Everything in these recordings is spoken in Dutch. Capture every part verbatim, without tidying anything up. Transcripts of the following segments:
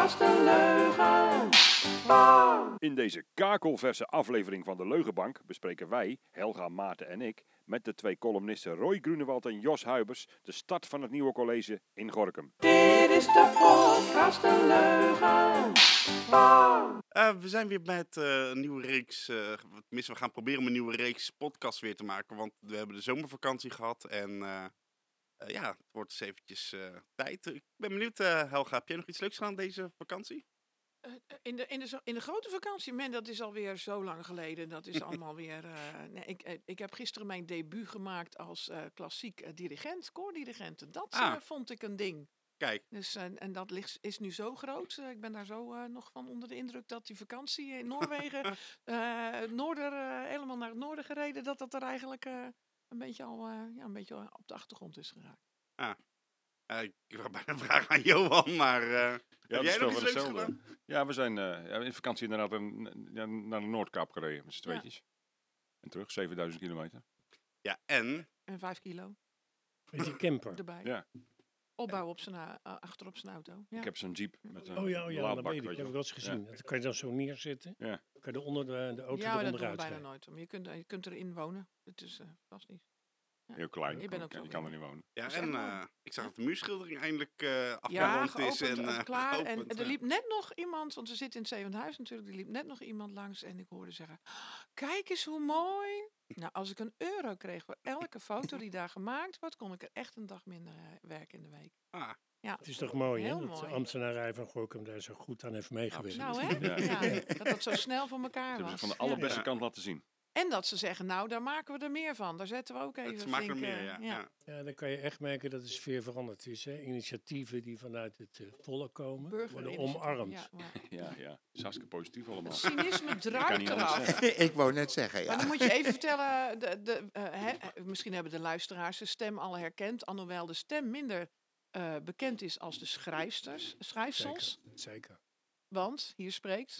podcast een leugen. Wow. In deze kakelverse aflevering van de Leugenbank bespreken wij, Helga, Maarten en ik, met de twee columnisten Roy Grunewald en Jos Huibers, de start van het nieuwe college in Gorinchem. Dit is de podcast een leugen. Wow. Uh, we zijn weer met uh, een nieuwe reeks, uh, tenminste we gaan proberen om een nieuwe reeks podcast weer te maken, want we hebben de zomervakantie gehad en uh, uh, ja, het wordt eens eventjes uh, tijd. Ik ben benieuwd, uh, Helga, heb jij nog iets leuks gedaan deze vakantie? Uh, in, de, in, de, in de grote vakantie, man, dat is alweer zo lang geleden. Dat is allemaal weer... Uh, nee, ik, ik heb gisteren mijn debuut gemaakt als uh, klassiek uh, dirigent, koordirigent. Dat ah. uh, vond ik een ding. Kijk. Dus, uh, en dat ligt, is nu zo groot. Uh, ik ben daar zo uh, nog van onder de indruk dat die vakantie in Noorwegen, uh, noorder, uh, helemaal naar het noorden gereden, dat dat er eigenlijk uh, een beetje al uh, ja, een beetje op de achtergrond is geraakt. Ah. Uh, ik wil bijna een vraag aan Johan, maar uh, ja, heb jij nog iets leuks gedaan? Ja, we zijn uh, in vakantie inderdaad een, ja, naar de Noordkaap gereden met z'n tweetjes. Ja. En terug, zevenduizend kilometer. Ja, en? En vijf kilo. Met die camper. Erbij. Ja. Opbouwen op zijn, uh, achter op zijn auto. Ja. Ik heb zo'n jeep met een oh ja, oh ja, laadbak, dat weet ik. weet heb ik wel eens gezien. Ja. Dat kan je dan zo neerzetten. Ja. Dan kan je onder de, de auto ja, maar eronder dat doen we bijna rijden. nooit. Maar je kunt, je kunt erin wonen. Het is uh, fantastisch. Ja. Heel klein. Ik ben ook je zo kan er niet wonen. Ja, en uh, ik zag dat de muurschildering eindelijk uh, afgerond ja, is. En, uh, klaar. geopend, en er liep net nog iemand, want we zitten in het zevende huis natuurlijk. Er liep net nog iemand langs en ik hoorde zeggen, kijk eens hoe mooi. Nou, als ik een euro kreeg voor elke foto die daar gemaakt wordt, kon ik er echt een dag minder uh, werken in de week. Ah. Ja. Het is toch mooi, heel hè? Dat mooi. de ambtenarij van Gorinchem daar zo goed aan heeft meegewerkt. Nou, hè? Ja. Ja, dat het zo snel voor elkaar was. Ze van de allerbeste ja. kant laten zien. En dat ze zeggen, nou, daar maken we er meer van. Daar zetten we ook even flink... maken er meer, uh, ja. ja. Ja, dan kan je echt merken dat de sfeer veranderd is. Hè? Initiatieven die vanuit het uh, volk komen, worden omarmd. Ja, maar... ja, ja. Het is hartstikke positief allemaal. Cynisme druipt eraf. Ik wou net zeggen, ja. Maar dan moet je even vertellen, de, de, uh, he, misschien hebben de luisteraars de stem al herkend, alhoewel de stem minder uh, bekend is als de schrijfsters, schrijfsels. Zeker, zeker. Want, hier spreekt...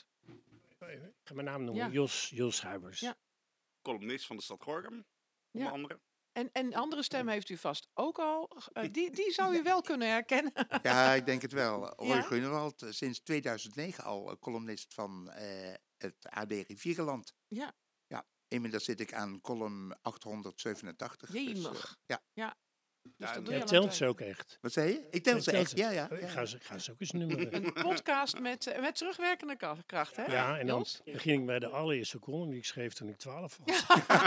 Ik ga mijn naam noemen, ja. Jos, Jos Huibers. Ja. Columnist van de stad Gorinchem, onder ja. andere. En een andere stem heeft u vast ook al. Uh, die, die zou u wel kunnen herkennen. Ja, ik denk het wel. Roy ja? Grunewald, sinds tweeduizend negen al columnist van uh, het A D Rivierenland. Ja. Ja, inmiddels zit ik aan column achthonderdzevenentachtig. Jemig. Dus, uh, ja. Ja. Dus ja, dat doe je je telt ze ook echt. Wat zei je? Ik tel ze echt, ja, ja. Ik ja. ga ze, ga ze ook eens nummeren. Een podcast met, uh, met terugwerkende kracht, hè? Ja, en dan begin ik bij de allereerste column die ik schreef toen ik twaalf was.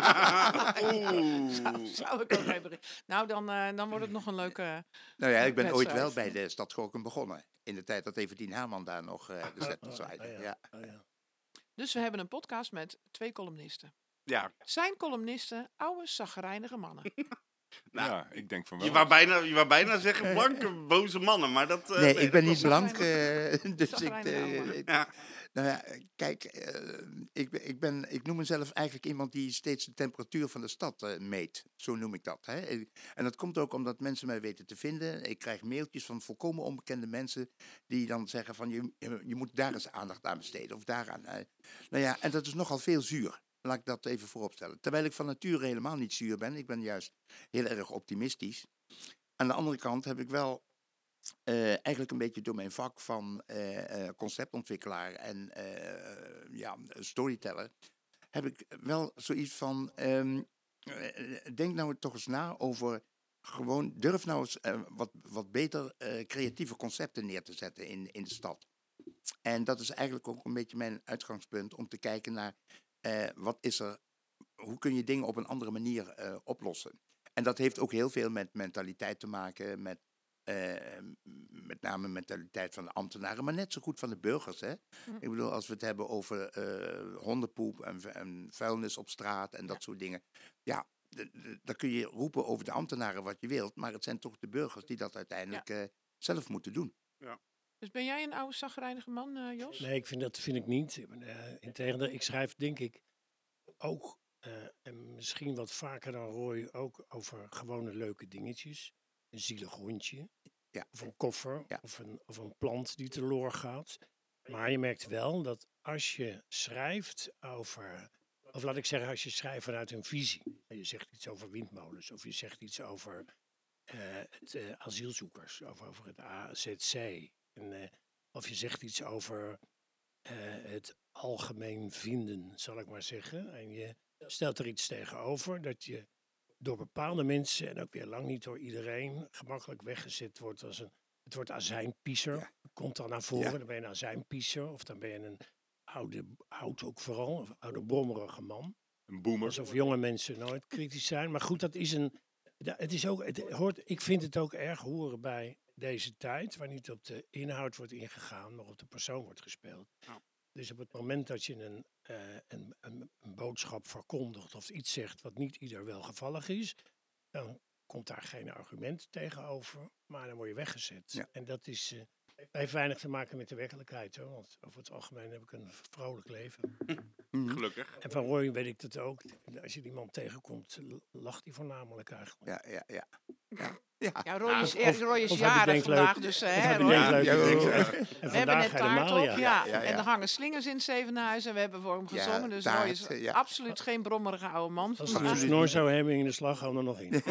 zou, zou ik ook even... Nou, dan, uh, dan wordt het nog een leuke... Uh, nou ja, ik ben ooit wel bij de stad Gorinchem begonnen. In de tijd dat Everdien Haarman daar nog uh, de zetten zwaaide. Oh, ja. Ja. Oh, ja. Dus we hebben een podcast met twee columnisten. Ja. Zijn columnisten oude, zagrijnige mannen? Nou, ja, ik denk van wel. Je wou bijna, je wou bijna zeggen blanke, boze mannen, maar dat... Uh, nee, nee, ik ben dat niet blank, uh, dus ik... Uh, ja. Nou ja, kijk, uh, ik, ik, ben, ik noem mezelf eigenlijk iemand die steeds de temperatuur van de stad uh, meet. Zo noem ik dat. Hè. En dat komt ook omdat mensen mij weten te vinden. Ik krijg mailtjes van volkomen onbekende mensen die dan zeggen van je, je moet daar eens aandacht aan besteden of daaraan. Uh. Nou ja, en dat is nogal veel zuur. Laat ik dat even vooropstellen. Terwijl ik van nature helemaal niet zuur ben. Ik ben juist heel erg optimistisch. Aan de andere kant heb ik wel uh, eigenlijk een beetje door mijn vak van uh, uh, conceptontwikkelaar en uh, ja, storyteller, heb ik wel zoiets van, um, uh, denk nou toch eens na over, gewoon durf nou eens uh, wat, wat beter uh, creatieve concepten neer te zetten in, in de stad. En dat is eigenlijk ook een beetje mijn uitgangspunt om te kijken naar Uh, wat is er, hoe kun je dingen op een andere manier uh, oplossen? En dat heeft ook heel veel met mentaliteit te maken, met uh, met name mentaliteit van de ambtenaren, maar net zo goed van de burgers. Hè? Mm. Ik bedoel, als we het hebben over uh, hondenpoep en, en vuilnis op straat en dat ja. soort dingen. Ja, dan kun je roepen over de ambtenaren wat je wilt, maar het zijn toch de burgers die dat uiteindelijk ja. uh, zelf moeten doen. Ja. Dus ben jij een oude zagrijnige man, uh, Jos? Nee, ik vind, dat vind ik niet. Uh, Integendeel, ik schrijf denk ik ook, uh, en misschien wat vaker dan Roy, ook over gewone leuke dingetjes. Een zielig hondje, ja. of een koffer, ja. of, een, of een plant die teloor gaat. Maar je merkt wel dat als je schrijft over, of laat ik zeggen, als je schrijft vanuit een visie. En je zegt iets over windmolens, of je zegt iets over uh, het uh, asielzoekers, of over het A Z C. En, uh, of je zegt iets over uh, het algemeen vinden, zal ik maar zeggen. En je stelt er iets tegenover dat je door bepaalde mensen, en ook weer lang niet door iedereen, gemakkelijk weggezet wordt als een, het wordt azijnpiezer. Ja. Komt dan naar voren, Ja. dan ben je een azijnpiezer, of dan ben je een oude, oud ook vooral, of oude brommerige man. Een boomer. Alsof jonge mensen nooit kritisch zijn. Maar goed, dat is een. Ja, het is ook, het hoort, ik vind het ook erg horen bij deze tijd, waar niet op de inhoud wordt ingegaan, maar op de persoon wordt gespeeld. Ja. Dus op het moment dat je een, uh, een, een, een boodschap verkondigt of iets zegt wat niet ieder welgevallig is, dan komt daar geen argument tegenover, maar dan word je weggezet. Ja. En dat is, uh, heeft weinig te maken met de werkelijkheid, hoor, want over het algemeen heb ik een vrolijk leven. Mhm. Gelukkig. En van Roy weet ik dat ook. Als je die man tegenkomt, lacht hij voornamelijk eigenlijk. Ja, ja, ja. ja. ja. Ja, Roy is, Of- er- Roy is of hij jarig bedenkt vandaag, leuk- dus Of hè, hij Roy. bedenkt Ja, leuke ja, dingen. ja. En We hebben vandaag net taart helemaal, op, ja. ja. Ja, ja, En ja. er hangen slingers in het Zevenhuis en we hebben voor hem Ja, gezongen. Dus taart, Roy is ja. absoluut geen brommerige oude man. Als hij vandaag. een snor zou hebben in de slag, hou er nog in.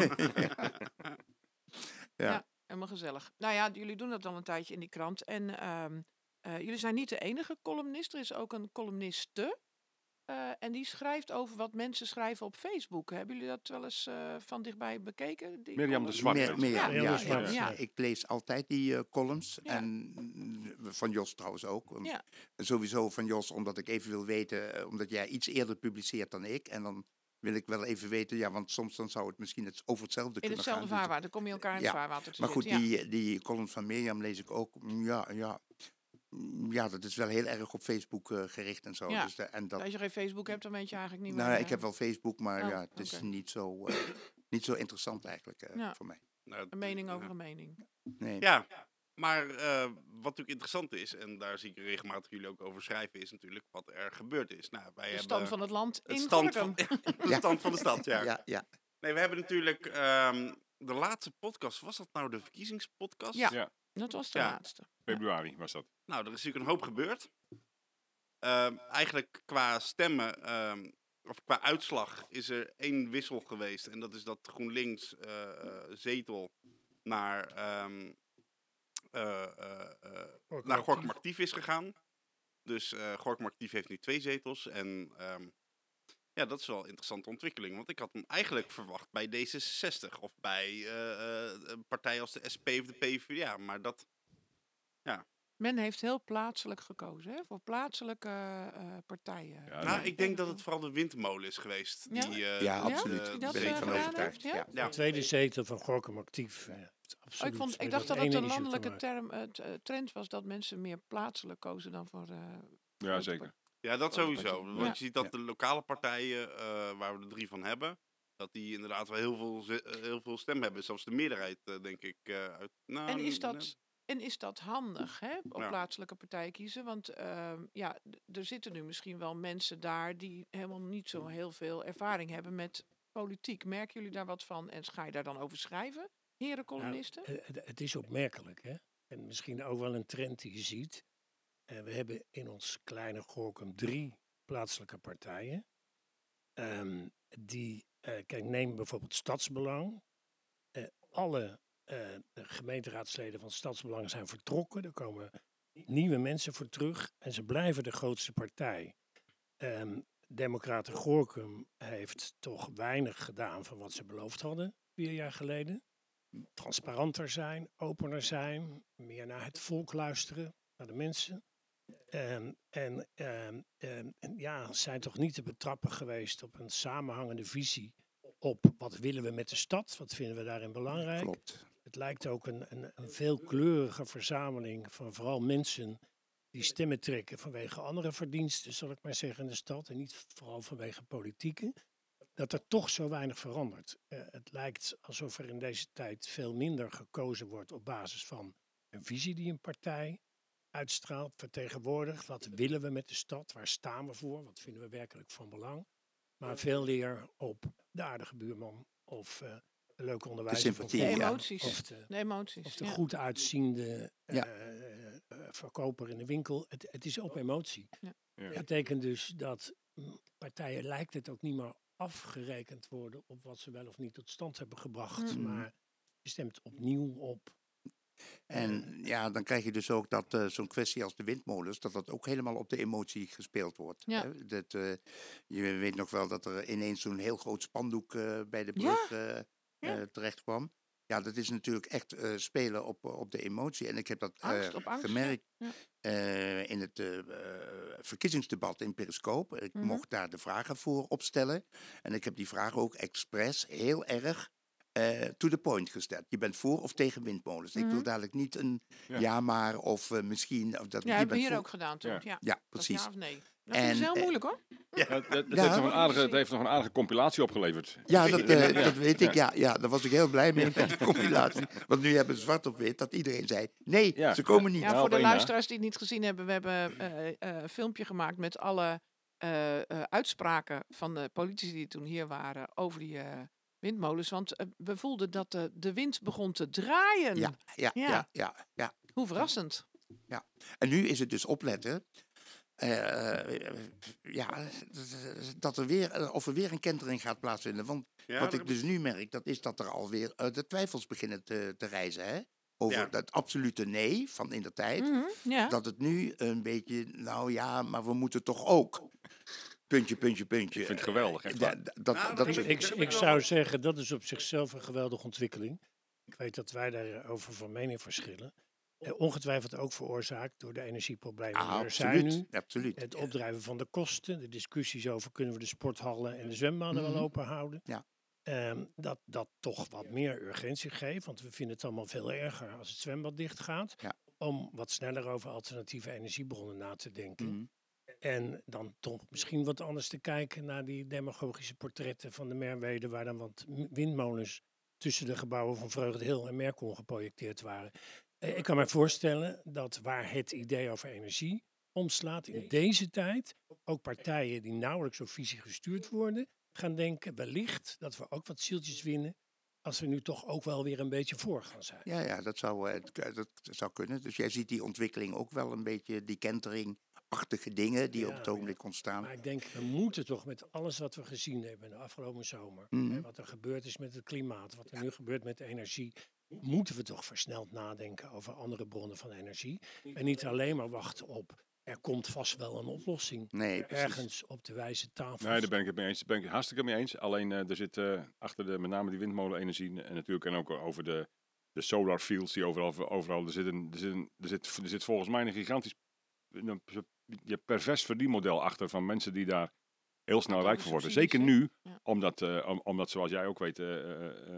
Ja, helemaal gezellig. Nou ja, jullie doen dat al een tijdje in die krant. En ehm, eh, jullie zijn niet de enige columnist. Er is ook een columniste. Eh, en die schrijft over wat mensen schrijven op Facebook. Hebben jullie dat wel eens eh, van dichtbij bekeken? die Mirjam de column? Zwart. Meer, heet meer, ze. ja, Ja, ja, dat is waar. ja. Ja. Ik lees altijd die eh, columns. Ja. En mm, van Jos trouwens ook. Um, Ja. Sowieso van Jos, omdat ik even wil weten, eh, omdat jij iets eerder publiceert dan ik. En dan wil ik wel even weten, ja, want soms dan zou het misschien het over hetzelfde In kunnen hetzelfde gaan. Dus- vaarwater. Dan kom je elkaar in Ja, het vaarwater te maar goed, zitten. Ja. die, die columns van Mirjam lees ik ook. Mm, Ja, ja. Mm, Ja, dat is wel heel erg op Facebook eh, gericht en zo. Ja. Dus de, en dat, Als je geen Facebook hebt, dan weet je eigenlijk niet nou, waar ja, je- ik heb wel Facebook, maar Oh, ja, het is oké. niet, zo, eh, niet zo interessant eigenlijk eh, Ja. voor mij. Nou, een mening over ja. een mening. Nee. Ja, maar eh, wat natuurlijk interessant is, en daar zie ik regelmatig jullie ook over schrijven, is natuurlijk wat er gebeurd is. Nou, wij De hebben stand van het land het in stand Gorinchem. van, de Ja. stand van de stad, ja. Ja, ja. Nee, we hebben natuurlijk ehm, de laatste podcast, was dat nou de verkiezingspodcast? Ja. Ja. Dat was de Ja. laatste. Februari was dat. Nou, er is natuurlijk een hoop gebeurd. Ehm, eigenlijk qua stemmen, ehm, of qua uitslag, is er één wissel geweest. En dat is dat GroenLinks eh, eh, zetel naar, ehm eh, eh, eh, naar Gorkum Actief is gegaan. Dus eh Gorkum Actief heeft nu twee zetels. En ehm, ja, dat is wel een interessante ontwikkeling. Want ik had hem eigenlijk verwacht bij D zesenzestig of bij eh, eh, een partij als de S P of de PvdA. Maar dat, Men heeft heel plaatselijk gekozen, hè? Voor plaatselijke eh, partijen. Ja, nou, nee. ik denk dat het vooral de windmolen is geweest. Ja? Die, eh, Ja, dat, absoluut. eh, Die Daar dat, ben ik eh, van gedaan overtuigd. heeft, ja? Ja. Ja. De tweede zetel van Gorkum Actief. eh, heeft Oh, absoluut ik, vond, ik met dacht dat ene het een issue te landelijke maken. term, eh, t- eh, trend was dat mensen meer plaatselijk kozen dan voor. eh, Ja, grote zeker. part- Ja, dat Grote sowieso. partij. Want Ja. je ziet dat Ja. de lokale partijen, eh, waar we er drie van hebben, dat die inderdaad wel heel veel, ze- eh, heel veel stem hebben. Zelfs de meerderheid, eh, denk ik. eh, uit, nou, En is n- dat, en is dat handig, hè? Op Ja. plaatselijke partij kiezen? Want ehm, ja, d- er zitten nu misschien wel mensen daar die helemaal niet zo heel veel ervaring hebben met politiek. Merken jullie daar wat van? En ga je daar dan over schrijven, heren Nou, columnisten? eh, het, het is opmerkelijk, hè? En misschien ook wel een trend die je ziet. Eh, we hebben in ons kleine Gorkum drie plaatselijke partijen. Ehm, die, eh, kijk, neem bijvoorbeeld Stadsbelang. Eh, alle eh, de gemeenteraadsleden van Stadsbelang zijn vertrokken. Er komen nieuwe mensen voor terug en ze blijven de grootste partij. Ehm Democraten Gorkum heeft toch weinig gedaan van wat ze beloofd hadden vier jaar geleden. Transparanter zijn, opener zijn, meer naar het volk luisteren, naar de mensen. En, en, ehm, ehm, en ja, zijn toch niet te betrappen geweest op een samenhangende visie op wat willen we met de stad, wat vinden we daarin belangrijk. Klopt. Het lijkt ook een, een, een veelkleurige verzameling van vooral mensen die stemmen trekken vanwege andere verdiensten, zal ik maar zeggen, in de stad. En niet vooral vanwege politieke. Dat er toch zo weinig verandert. Eh, het lijkt alsof er in deze tijd veel minder gekozen wordt op basis van een visie die een partij uitstraalt, vertegenwoordigt. Wat willen we met de stad? Waar staan we voor? Wat vinden we werkelijk van belang? Maar veel meer op de aardige buurman of uh, de leuke onderwijzer. sympathie, De ja. emoties. Of de, De emoties. of de ja. goed uitziende uh, Ja. uh, uh, verkoper in de winkel. Het, het is op emotie. Ja. Ja. Dat betekent dus dat mm, partijen lijkt het ook niet meer afgerekend worden op wat ze wel of niet tot stand hebben gebracht. Mm. Maar je stemt opnieuw op En ja, dan krijg je dus ook dat uh, zo'n kwestie als de windmolens, dat dat ook helemaal op de emotie gespeeld wordt. Ja. Hè? Dat, uh, je weet nog wel dat er ineens zo'n heel groot spandoek uh, bij de brug Ja. uh, Ja. uh, terecht kwam. Ja, dat is natuurlijk echt uh, spelen op, op de emotie. En ik heb dat uh, Angst op angst, gemerkt ja. uh, in het uh, uh, verkiezingsdebat in Periscope. Ik Mhm. mocht daar de vragen voor opstellen. En ik heb die vragen ook expres heel erg uh, to the point gesteld. Je bent voor of tegen windmolens. Mhm. Ik wil dadelijk niet een Ja. ja, maar of uh, misschien. Of dat, Ja, je hebben we bent hier voor. ook gedaan toen. Ja. Ja, Ja, Dat is precies. ja of nee. Dat vind ik En, heel eh, moeilijk hoor. Het, het, het, Ja. heeft nog een aardige, het heeft nog een aardige compilatie opgeleverd. Ja, dat, uh, Ja. dat weet ik. Ja, ja, daar was ik heel blij mee met die compilatie. Want nu hebben we zwart op wit dat iedereen zei: nee, Ja. ze komen niet. Ja, Nou, voor op de één na. luisteraars die het niet gezien hebben, we hebben eh, eh, een filmpje gemaakt met alle eh, eh, uitspraken van de politici die toen hier waren over die eh, windmolens. Want eh, we voelden dat de, de wind begon te draaien. Ja, ja, Ja. ja, ja, ja. Hoe verrassend. En nu is het dus opletten. Uh, ja, dat er weer, of er weer een kentering gaat plaatsvinden. Want Ja, wat daar ik heb dus nu merk, dat is dat er alweer uh, de twijfels beginnen te, te reizen. Hè? Over Ja. dat absolute nee van in de tijd. Mhm, ja. Dat het nu een beetje, nou ja, maar we moeten toch ook. Puntje, puntje, puntje. Ik vind het geweldig, echt Uh, waar. da- dat, Nou, dat, dat Ik, heb ik, daar heb ik ik wel zou wat- zeggen, dat is op zichzelf een geweldige ontwikkeling. Ik weet dat wij daarover van mening verschillen. Eh, ongetwijfeld ook veroorzaakt door de energieproblemen ah, die er zijn absoluut, nu. absoluut. Het opdrijven van de kosten, de discussies over kunnen we de sporthallen en de zwembaden Mhm. wel open houden. Ja. Ehm, dat dat toch wat meer urgentie geeft, want we vinden het allemaal veel erger als het zwembad dicht gaat. Ja. Om wat sneller over alternatieve energiebronnen na te denken. Mhm. En dan toch misschien wat anders te kijken naar die demagogische portretten van de Merwede, waar dan wat m- windmolens tussen de gebouwen van Vreugdenhil en Mercon geprojecteerd waren. Eh, Ik kan me voorstellen dat waar het idee over energie omslaat in deze tijd, ook partijen die nauwelijks door visie gestuurd worden, gaan denken wellicht dat we ook wat zieltjes winnen als we nu toch ook wel weer een beetje voor gaan zijn. Ja, ja, dat zou, eh, k- dat zou kunnen. Dus jij ziet die ontwikkeling ook wel een beetje, die kenteringachtige dingen die Ja, op het ogenblik ontstaan. Maar ik denk, we moeten toch met alles wat we gezien hebben de afgelopen zomer, Mhm. hè, wat er gebeurd is met het klimaat, wat er nu gebeurt met de energie, moeten we toch versneld nadenken over andere bronnen van energie. En niet alleen maar wachten op, er komt vast wel een oplossing Nee, precies. ergens op de wijze tafel. Nee, daar ben ik het mee eens. Daar ben ik het hartstikke mee eens. Alleen uh, er zit uh, achter de, met name die windmolenenergie en natuurlijk en ook over de, de solar fields die overal, overal er, zit een, er, zit een, er, zit, er zit volgens mij een gigantisch een, je pervers verdienmodel achter van mensen die daar heel snel Ook rijk over van worden. subsidies, Zeker hè? nu, Ja. omdat, uh, om, omdat zoals jij ook weet, uh, uh,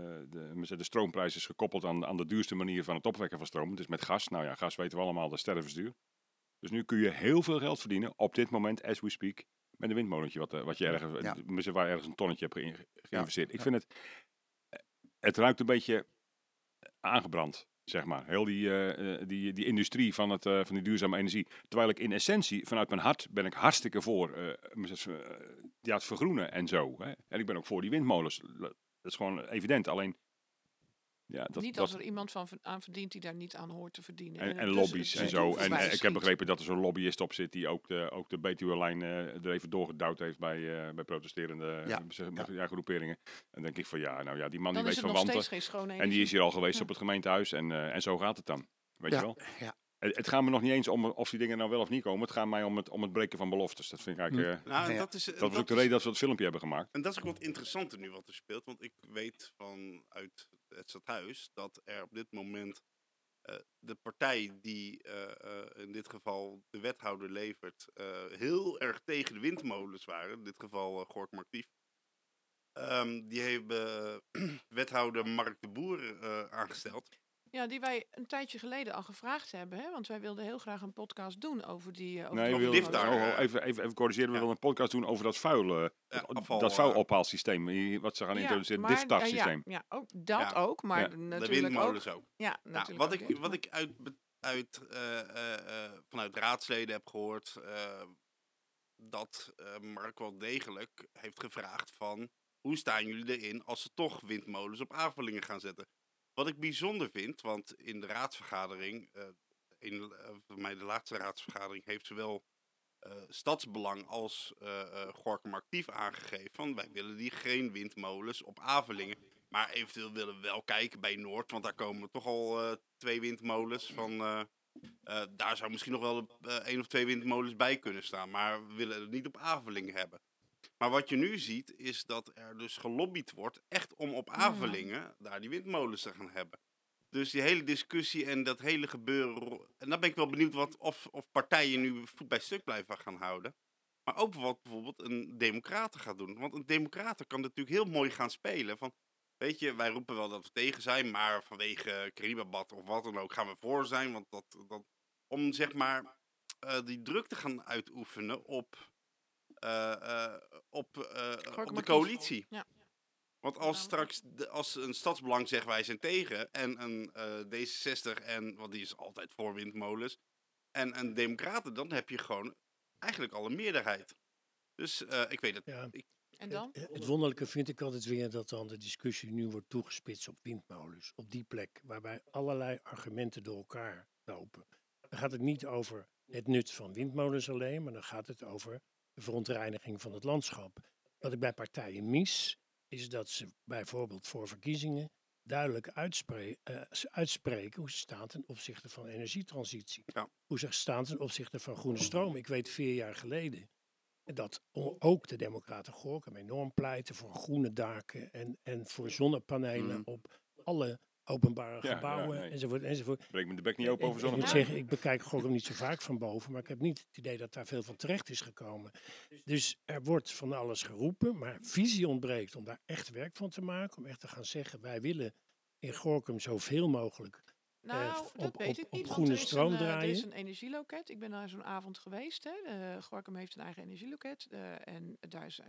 de, de stroomprijs is gekoppeld aan, aan de duurste manier van het opwekken van stroom. Dus met gas. Nou ja, gas weten we allemaal, dat is stervensduur. Dus nu kun je heel veel geld verdienen op dit moment, as we speak, met een windmolentje wat, uh, wat je ergens, Ja. waar je ergens een tonnetje hebt geïn- geïnvesteerd. Ja. Ik vind het, het ruikt een beetje aangebrand, zeg maar. Heel die, uh, die, die industrie van, het, uh, van die duurzame energie. Terwijl ik in essentie, vanuit mijn hart, ben ik hartstikke voor uh, ja, het vergroenen en zo. Hè. En ik ben ook voor die windmolens. Dat is gewoon evident. Alleen, ja, dat, niet dat, als er iemand van ver- aan verdient die daar niet aan hoort te verdienen. en, het en dus- lobby's het en doel zo. En voorbij uh, ik heb schiet. begrepen dat er zo'n lobbyist op zit die ook de, ook de Betuwe-lijn uh, er even doorgedouwd heeft bij, uh, bij protesterende Ja. uh, ja. groeperingen. En dan denk ik van ja, nou ja, die man Dan die is weet het van nog wanten. steeds geen schone En die energie. is hier al geweest Ja. op het gemeentehuis en, uh, en zo gaat het dan. Weet Ja, je wel? ja. Het, het gaat me nog niet eens om of die dingen nou wel of niet komen. Het gaat mij om het, om het breken van beloftes. Dat vind ik eigenlijk... Uh, Nou, en Ja. dat is, dat was ook de is- reden dat we het filmpje hebben gemaakt. En dat is ook wat interessanter nu wat er speelt. Want ik weet vanuit het stadhuis dat er op dit moment uh, de partij die uh, uh, in dit geval de wethouder levert, uh, heel erg tegen de windmolens waren. In dit geval uh, Gorkum Actief. Um, die hebben uh, wethouder Mark de Boer uh, aangesteld. Ja, die wij een tijdje geleden al gevraagd hebben. Hè? Want wij wilden heel graag een podcast doen over die... Uh, over Nee, die we over willen, liftar, oh, oh, uh, even, even, even corrigeren. We ja. willen een podcast doen over dat vuil, uh, Ja, dat, afval, dat uh, vuilophaalsysteem. hier- Wat ze gaan Ja, introduceren. maar, Het uh, DIFTAR-systeem. ja, ja, ook dat Ja. ook, maar Ja. De natuurlijk ook... windmolens ook. Ja, Nou, natuurlijk wat, ook ik, dit. wat ik uit, be- uit, uh, uh, uh, vanuit raadsleden heb gehoord, uh, dat uh, Mark wel degelijk heeft gevraagd van, hoe staan jullie erin als ze toch windmolens op aanvullingen gaan zetten? Wat ik bijzonder vind, want in de raadsvergadering, uh, in, uh, voor mij de laatste raadsvergadering, heeft zowel uh, Stadsbelang als uh, uh, Gorkum Actief aangegeven van, wij willen die geen windmolens op aanvullingen. Maar eventueel willen we wel kijken bij Noord, want daar komen toch al uh, twee windmolens van. Uh, uh, daar zou misschien nog wel uh, één of twee windmolens bij kunnen staan, maar we willen het niet op Avelingen hebben. Maar wat je nu ziet, is dat er dus gelobbyd wordt, echt om op Avelingen daar die windmolens te gaan hebben. Dus die hele discussie en dat hele gebeuren, en dan ben ik wel benieuwd wat, of, of partijen nu voet bij stuk blijven gaan houden. Maar ook wat bijvoorbeeld een democraten gaat doen. Want een democraten kan natuurlijk heel mooi gaan spelen van, weet je, wij roepen wel dat we tegen zijn, maar vanwege Kriebabad of wat dan ook gaan we voor zijn. Want dat, dat, om zeg maar uh, die druk te gaan uitoefenen op, uh, uh, op, uh, op de coalitie. Ja. Want als straks, de, als een stadsbelang zegt wij zijn tegen en een uh, D zesenzestig, en, want die is altijd voor windmolens, en een democraten, dan heb je gewoon eigenlijk al een meerderheid. Dus uh, ik weet het. Ja. Ik, En dan? Het, het wonderlijke vind ik altijd weer dat dan de discussie nu wordt toegespitst op windmolens. Op die plek waarbij allerlei argumenten door elkaar lopen. Dan gaat het niet over het nut van windmolens alleen, maar dan gaat het over de verontreiniging van het landschap. Wat ik bij partijen mis, is dat ze bijvoorbeeld voor verkiezingen duidelijk uitspre- uh, uitspreken hoe ze staan ten opzichte van energietransitie. Ja. Hoe ze staan ten opzichte van groene stroom. Ik weet vier jaar geleden dat ook de Democraten Gorinchem enorm pleiten voor groene daken en, en voor zonnepanelen Mm. op alle openbare Ja, gebouwen ja, nee. enzovoort enzovoort. Breek me de bek niet open over Ik, ik moet zonnepanelen. zeggen, ik bekijk Gorinchem niet zo vaak van boven, maar ik heb niet het idee dat daar veel van terecht is gekomen. Dus er wordt van alles geroepen, maar visie ontbreekt om daar echt werk van te maken, om echt te gaan zeggen, wij willen in Gorinchem zoveel mogelijk Nou, op- dat weet op- ik op niet. want groene er is stroom een, eh, Er draaien. is een energieloket. Ik ben daar zo'n avond geweest. Hè. Uh, Gorinchem heeft een eigen energieloket. Uh, en daar, is, uh,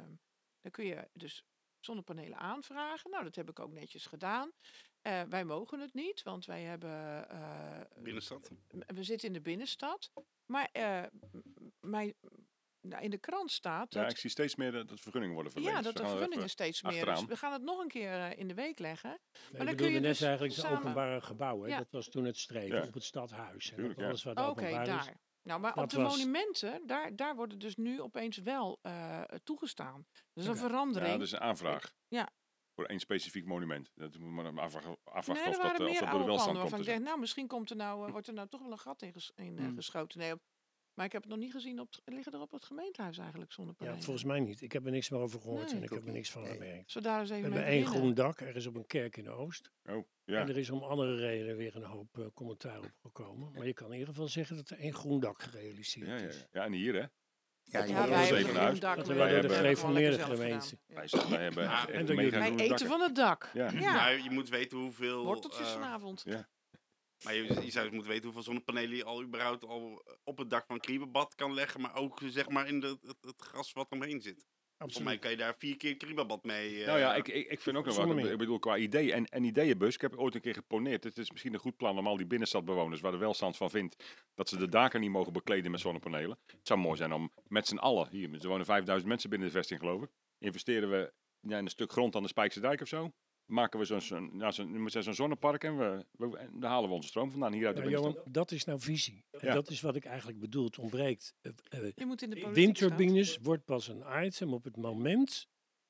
daar kun je dus zonnepanelen aanvragen. Nou, dat heb ik ook netjes gedaan. Uh, wij mogen het niet, want wij hebben... Uh, binnenstad. We zitten in de binnenstad. Maar uh, mij, nou, in de krant staat... Ja, dat, ik zie steeds meer dat de vergunningen worden verleend. ja, Dus dat we de gaan er vergunningen even steeds meer... achteraan. Dus we gaan het nog een keer uh, in de week leggen. Nee, dan ik kun bedoelde je net dus eigenlijk de samen- openbare gebouwen. Ja. Dat was toen het streven Ja. op het stadhuis. En Tuurlijk, dat ja. alles wat Oké, openbaar is. daar. Nou, maar Dat op de was- monumenten, daar, daar worden dus nu opeens wel uh, toegestaan. Dus een Oké. verandering. Ja, dat is een aanvraag. Ja. Voor één specifiek monument. Dat moet maar afwachten, afwachten nee, er of, dat, waren eh, of meer dat door de oude welstand plannen komt. waarvan te ik denk, zijn. nou, misschien komt er nou, uh, wordt er nou toch wel een gat in, ges- in uh, Hmm. geschoten. Nee, op, maar ik heb het nog niet gezien. Op, het- liggen er op het gemeentehuis eigenlijk zonnepanelen? Ja, volgens mij niet. Ik heb er niks meer over gehoord Nee, en ik ik ook heb er niet. niks van Nee. gemerkt. Zullen we daar eens We even hebben mee één beginnen? groen dak, er is op een kerk in Oost. Oh, ja. En er is om andere redenen weer een hoop uh, commentaar op gekomen. Maar je kan in ieder geval zeggen dat er één groen dak gerealiseerd Ja, ja, is. ja. ja, en hier hè. Ja, Ja, je Ja, moet wij wel hebben zeven een zeggen- huis. groen dak. Dat maar wij we door de hebben het gewoon lekker gereformeerde zelf gemeente. gedaan. Wij, zijn- wij hebben Ja, echt en echt door mega jullie. Wij groene eten dakken. van het dak. Ja. Ja. Maar je moet weten hoeveel... Worteltjes uh, vanavond. Ja. Maar je, je zou dus moeten weten hoeveel zonnepanelen je al überhaupt al op het dak van Kriebabad kan leggen. Maar ook zeg maar in de, het, het gras wat omheen zit. Voor mij Absoluut. kan je daar vier keer Kriebabad mee... uh, Nou ja, ik, ik, ik vind ook nog wat. Zonder meer. Ik bedoel, qua ideeën en, en ideeënbus. Ik heb ooit een keer geponeerd. Het is misschien een goed plan om al die binnenstadbewoners, waar de welstand van vindt, dat ze de daken niet mogen bekleden met zonnepanelen. Het zou mooi zijn om met z'n allen, hier, er wonen vijfduizend mensen binnen de vesting geloof ik, investeren we ja, in een stuk grond aan de Spijkse Dijk of zo. Maken we zo'n zo'n nou, zo'n zo'n zonnepark en, we, we, en daar halen we onze stroom vandaan hier uit de Ja, binnenstad. Johan, dat is nou visie. En Ja. dat is wat ik eigenlijk bedoel. Het ontbreekt. Uh, uh, Je moet in de politiek Windturbines wordt pas een item op het moment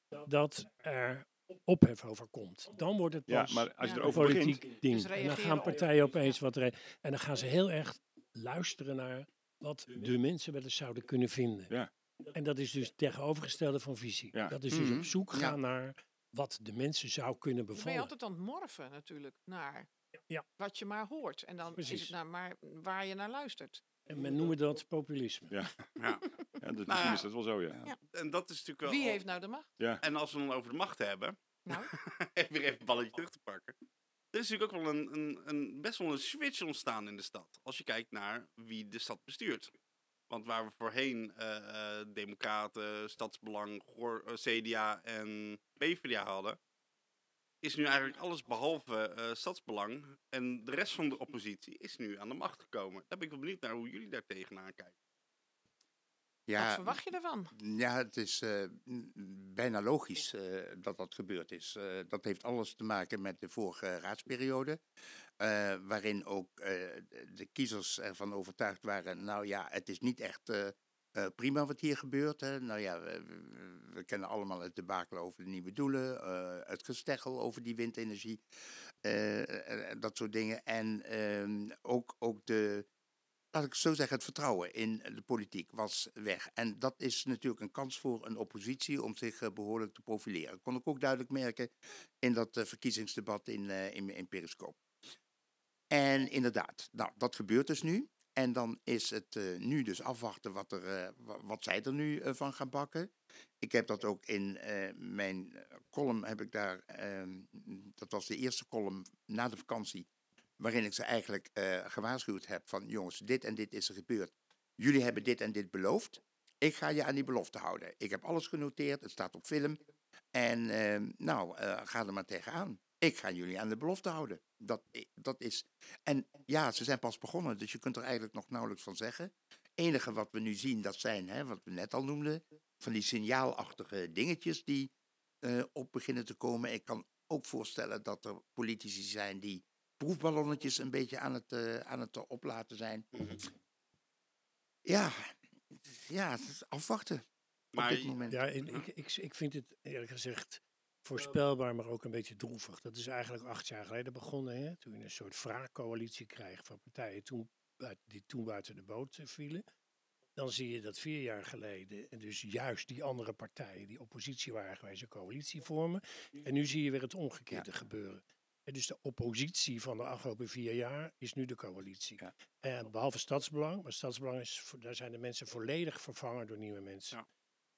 dat er ophef over komt. Dan wordt het Ja, pas maar als je Ja. een erover begint, politiek ding. Dus en dan reageren gaan op. partijen opeens wat er. En dan gaan ze heel erg luisteren naar wat de mensen wel eens zouden kunnen vinden. Ja. En dat is dus het tegenovergestelde van visie. Ja. Dat is dus Mhm. op zoek Ja. gaan naar wat de mensen zou kunnen Dan ben je bevallen. altijd aan het morfen natuurlijk naar Ja. wat je maar hoort. En dan is Precies. het nou maar waar je naar luistert. En men noemt dat populisme. ja, Ja. ja, dat, Nou misschien ja. is dat wel zo, ja. Ja. En dat is natuurlijk wel... Wie heeft nou de macht? Ja, En als we dan over de macht hebben, Nou, weer even een balletje terug te pakken. Er is natuurlijk ook wel een, een, een, best wel een switch ontstaan in de stad. Als je kijkt naar wie de stad bestuurt. Want waar we voorheen uh, uh, Democraten, Stadsbelang, Goor, uh, C D A en P v d A hadden, is nu eigenlijk alles behalve uh, Stadsbelang. En de rest van de oppositie is nu aan de macht gekomen. Daar ben ik wel benieuwd naar hoe jullie daar tegenaan kijken. wat Ja, verwacht je ervan? ja, het is eh, n- bijna logisch eh, dat dat gebeurd is. Eh, dat heeft alles te maken met de vorige raadsperiode. eh, waarin ook eh, de kiezers ervan overtuigd waren, nou ja, het is niet echt eh, Uh, prima wat hier gebeurt. Hè. Nou ja, we, we, we kennen allemaal het debakel over de nieuwe doelen. Uh, het gesteggel over die windenergie. Uh, uh, dat soort dingen. En uh, ook, ook de, laat ik zo zeggen, het vertrouwen in de politiek was weg. En dat is natuurlijk een kans voor een oppositie om zich uh, behoorlijk te profileren. Dat kon ik ook duidelijk merken in dat uh, verkiezingsdebat in, uh, in, in Periscope. En inderdaad, nou, dat gebeurt dus nu. En dan is het uh, nu dus afwachten wat, er, uh, wat zij er nu uh, van gaan bakken. Ik heb dat ook in uh, mijn column, heb ik daar, uh, dat was de eerste column na de vakantie, waarin ik ze eigenlijk uh, gewaarschuwd heb van jongens, dit en dit is er gebeurd. Jullie hebben dit en dit beloofd. Ik ga je aan die belofte houden. Ik heb alles genoteerd, het staat op film. En uh, nou, uh, ga er maar tegenaan. Ik ga jullie aan de belofte houden. Dat, dat is. En ja, ze zijn pas begonnen, dus je kunt er eigenlijk nog nauwelijks van zeggen. Het enige wat we nu zien, dat zijn, hè, wat we net al noemden, van die signaalachtige dingetjes die uh, op beginnen te komen. Ik kan ook voorstellen dat er politici zijn die proefballonnetjes een beetje aan het, uh, aan het oplaten zijn. Mm-hmm. Ja, ja, het is afwachten. Maar, op dit moment. Ja, ik, ik, ik, ik vind het eerlijk gezegd voorspelbaar, maar ook een beetje droevig. Dat is eigenlijk acht jaar geleden begonnen, hè, toen je een soort wraakcoalitie krijgt van partijen toen, die toen buiten de boot vielen. Dan zie je dat vier jaar geleden, en dus juist die andere partijen die oppositie waren geweest, een coalitie vormen. En nu zie je weer het omgekeerde ja. gebeuren. En dus de oppositie van de afgelopen vier jaar is nu de coalitie. Ja. Uh, behalve Stadsbelang, maar Stadsbelang is, daar zijn de mensen volledig vervangen door nieuwe mensen. Ja.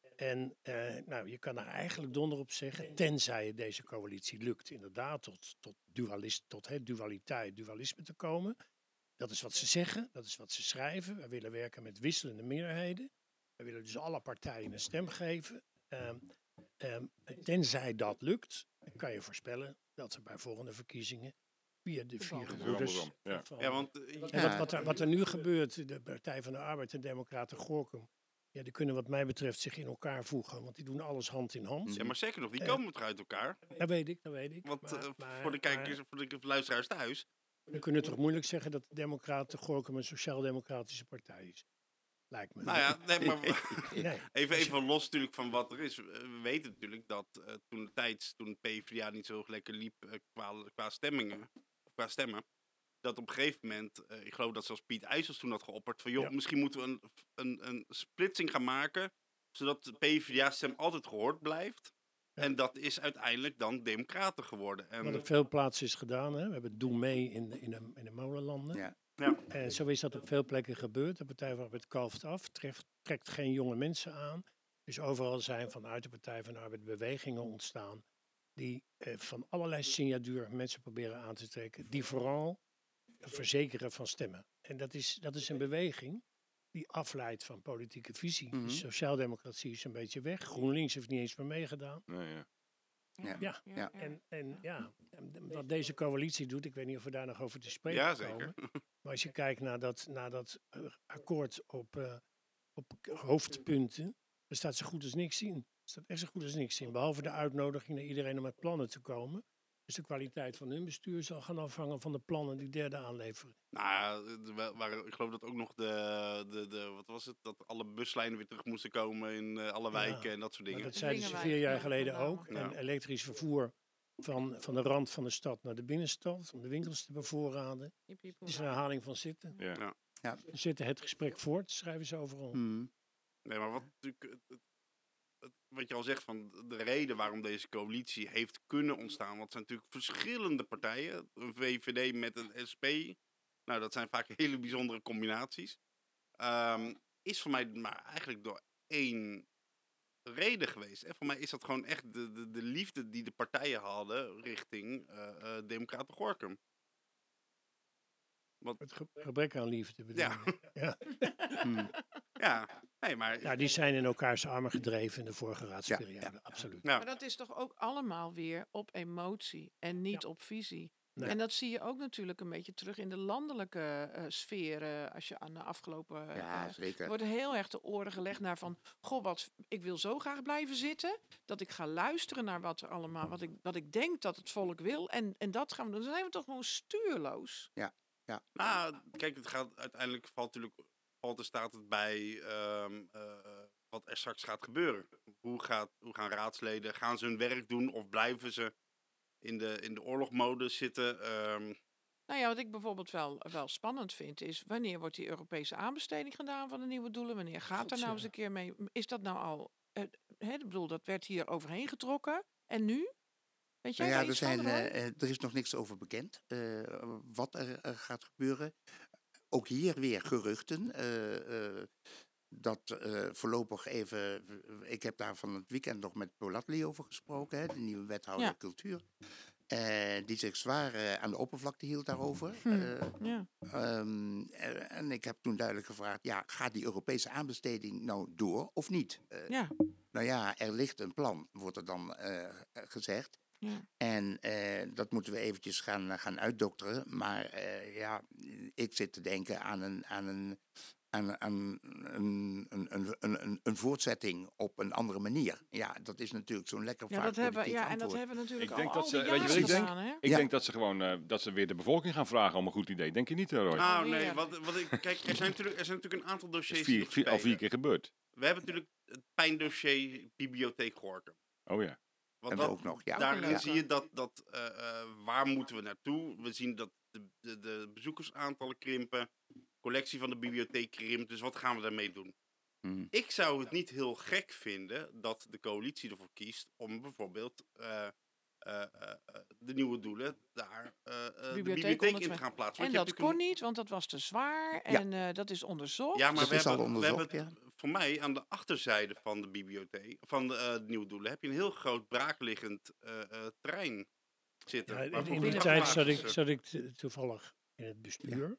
En uh, nou, je kan er eigenlijk donder op zeggen, tenzij deze coalitie lukt inderdaad tot, tot, dualist, tot he, dualiteit, dualisme te komen. Dat is wat ze zeggen, dat is wat ze schrijven. We willen werken met wisselende meerderheden. We willen dus alle partijen een stem geven. Um, um, tenzij dat lukt, kan je voorspellen dat er bij volgende verkiezingen via de vier gebroeders... Ja. Van, ja, want, uh, en wat, wat, er, wat er nu gebeurt, de Partij van de Arbeid en Democraten Gorinchem, ja, die kunnen wat mij betreft zich in elkaar voegen, want die doen alles hand in hand. Ja, maar zeker nog, die komen uh, uit elkaar. Dat weet ik, dat weet ik. Want maar, uh, maar, voor de kijkers, maar, voor de luisteraars thuis... We kunnen toch moeilijk zeggen dat de Democraten Gorinchem een sociaal-democratische partij is. Lijkt me. Nou ja, nee, maar nee. even, even los natuurlijk van wat er is. We weten natuurlijk dat uh, toen de tijds, toen P v d A niet zo lekker liep uh, qua, qua stemmingen, qua stemmen, dat op een gegeven moment, uh, ik geloof dat zelfs Piet IJssels toen had geopperd van joh, ja. misschien moeten we een, een, een splitsing gaan maken, zodat de P v d A-stem altijd gehoord blijft. Ja. En dat is uiteindelijk dan Democraten geworden. En wat op veel plaatsen is gedaan, hè? We hebben Doe mee in de, in de, in de molenlanden. Ja. Ja. En zo is dat op veel plekken gebeurd. De Partij van de Arbeid kalft af, treft, trekt geen jonge mensen aan. Dus overal zijn vanuit de Partij van de Arbeid bewegingen ontstaan die eh, van allerlei signatuur mensen proberen aan te trekken, die vooral verzekeren van stemmen. En dat is, dat is een beweging die afleidt van politieke visie. Mm-hmm. De sociaaldemocratie is een beetje weg. GroenLinks heeft niet eens meer meegedaan. Nee, ja. Ja, ja. ja. En, en ja, wat deze coalitie doet, ik weet niet of we daar nog over te spreken ja, komen. Zeker. Maar als je kijkt naar dat, naar dat uh, akkoord op, uh, op hoofdpunten, er staat zo goed als niks in. Er staat echt zo goed als niks in. Behalve de uitnodiging naar iedereen om met plannen te komen. Dus de kwaliteit van hun bestuur zal gaan afhangen van de plannen die derden aanleveren. Nou, waar, ik geloof dat ook nog de, de, de, wat was het, dat alle buslijnen weer terug moesten komen in uh, alle wijken ja, en dat soort dingen. Dat zeiden ze vier jaar geleden ook. Ja. En elektrisch vervoer van, van de rand van de stad naar de binnenstad, om de winkels te bevoorraden. Het is een herhaling van zitten. Ja. Ja. Ja. Zitten het gesprek voort, schrijven ze overal. Hmm. Nee, maar wat natuurlijk... Wat je al zegt, van de reden waarom deze coalitie heeft kunnen ontstaan. Want het zijn natuurlijk verschillende partijen. Een V V D met een S P. Nou, dat zijn vaak hele bijzondere combinaties. Um, is voor mij maar eigenlijk door één reden geweest. En voor mij is dat gewoon echt de, de, de liefde die de partijen hadden richting uh, uh, Democraten Gorinchem. Wat... Het ge- gebrek aan liefde bedoel ja. ja. hmm. Ja, nee, maar... Ja, die zijn in elkaars armen gedreven in de vorige raadsperiode, ja, ja. absoluut. Ja. Maar dat is toch ook allemaal weer op emotie en niet ja. op visie. Nee. En dat zie je ook natuurlijk een beetje terug in de landelijke uh, sferen. Als je aan de afgelopen... Uh, ja, zeker. Er worden heel erg de oren gelegd naar van... Goh, wat, ik wil zo graag blijven zitten. Dat ik ga luisteren naar wat er allemaal... Wat ik, wat ik denk dat het volk wil. En, en dat gaan we doen. Dan zijn we toch gewoon stuurloos. Ja. Ja. Nou, kijk, het gaat uiteindelijk valt natuurlijk valt en staat het bij ehm, eh, wat er straks gaat gebeuren. Hoe, gaat, hoe gaan raadsleden, gaan ze hun werk doen of blijven ze in de, in de oorlogmodus zitten? Ehm, Nou ja, wat ik bijvoorbeeld wel, wel spannend vind, is wanneer wordt die Europese aanbesteding gedaan van de nieuwe doelen? Wanneer gaat God, er nou ja. eens een keer mee? Is dat nou al, eh, hè, ik bedoel, dat werd hier overheen getrokken. En nu? Weet jij Nou ja, daar er, iets zijn, van, Roy? eh, eh, er is nog niks over bekend. eh, wat er, er gaat gebeuren. Ook hier weer geruchten. eh, eh, dat eh, voorlopig even. Ik heb daar van het weekend nog met Polatli over gesproken, hè, de nieuwe wethouder Ja. cultuur. eh, die zich zwaar eh, aan de oppervlakte hield daarover. Hm, Eh, Ja. ehm, eh, en ik heb toen duidelijk gevraagd: ja, gaat die Europese aanbesteding nou door of niet? Eh, Ja. Nou ja, er ligt een plan, wordt er dan eh, gezegd. Ja. En eh, dat moeten we eventjes gaan, eh, gaan uitdokteren. Maar eh, ja, ik zit te denken aan een, aan een, aan, aan een, een, een, een, een, een voortzetting op een andere manier. Ja, dat is natuurlijk zo'n lekker Ja, vaak dat hebben, politiek ja, en dat antwoord. hebben we natuurlijk Ik denk al, dat al ze- die weet je jaren wat ik denk? gedaan, hè? Ik Ja. denk dat ze gewoon eh, dat ze weer de bevolking gaan vragen om een goed idee. Denk je niet, eh, Roy? nou, Alweer. nee, wat, wat ik, kijk, er zijn, natuurlijk, er zijn natuurlijk een aantal Dat is dossiers die vier, nog vier, al vier spelen. keer gebeurd. We hebben natuurlijk het pijndossier Bibliotheek Gorkum. Oh ja. Want En dat, ook nog, ja. daarin Ja. zie je dat, dat eh, eh, waar moeten we naartoe? We zien dat de, de, de bezoekersaantallen krimpen, collectie van de bibliotheek krimpt, dus wat gaan we daarmee doen? Hm. Ik zou het niet heel gek vinden dat de coalitie ervoor kiest om bijvoorbeeld eh, eh, eh, eh, de nieuwe doelen daar eh, eh, de Bibliotheek bibliotheek onder in te- te gaan plaatsen. En Want je dat hebt kon natuurlijk niet, want dat was te zwaar. En eh, dat is onderzocht. een- Ja, maar Dat we is al hebben, we onderzocht, hebben ja. het, voor mij aan de achterzijde van de bibliotheek, van de, eh, de nieuwe doelen, heb je een heel groot braakliggend eh, eh, terrein zitten. Ja, in, waarvoor in die vrachtwagens, tijd zat eh, ik, zat ik to- toevallig in het bestuur.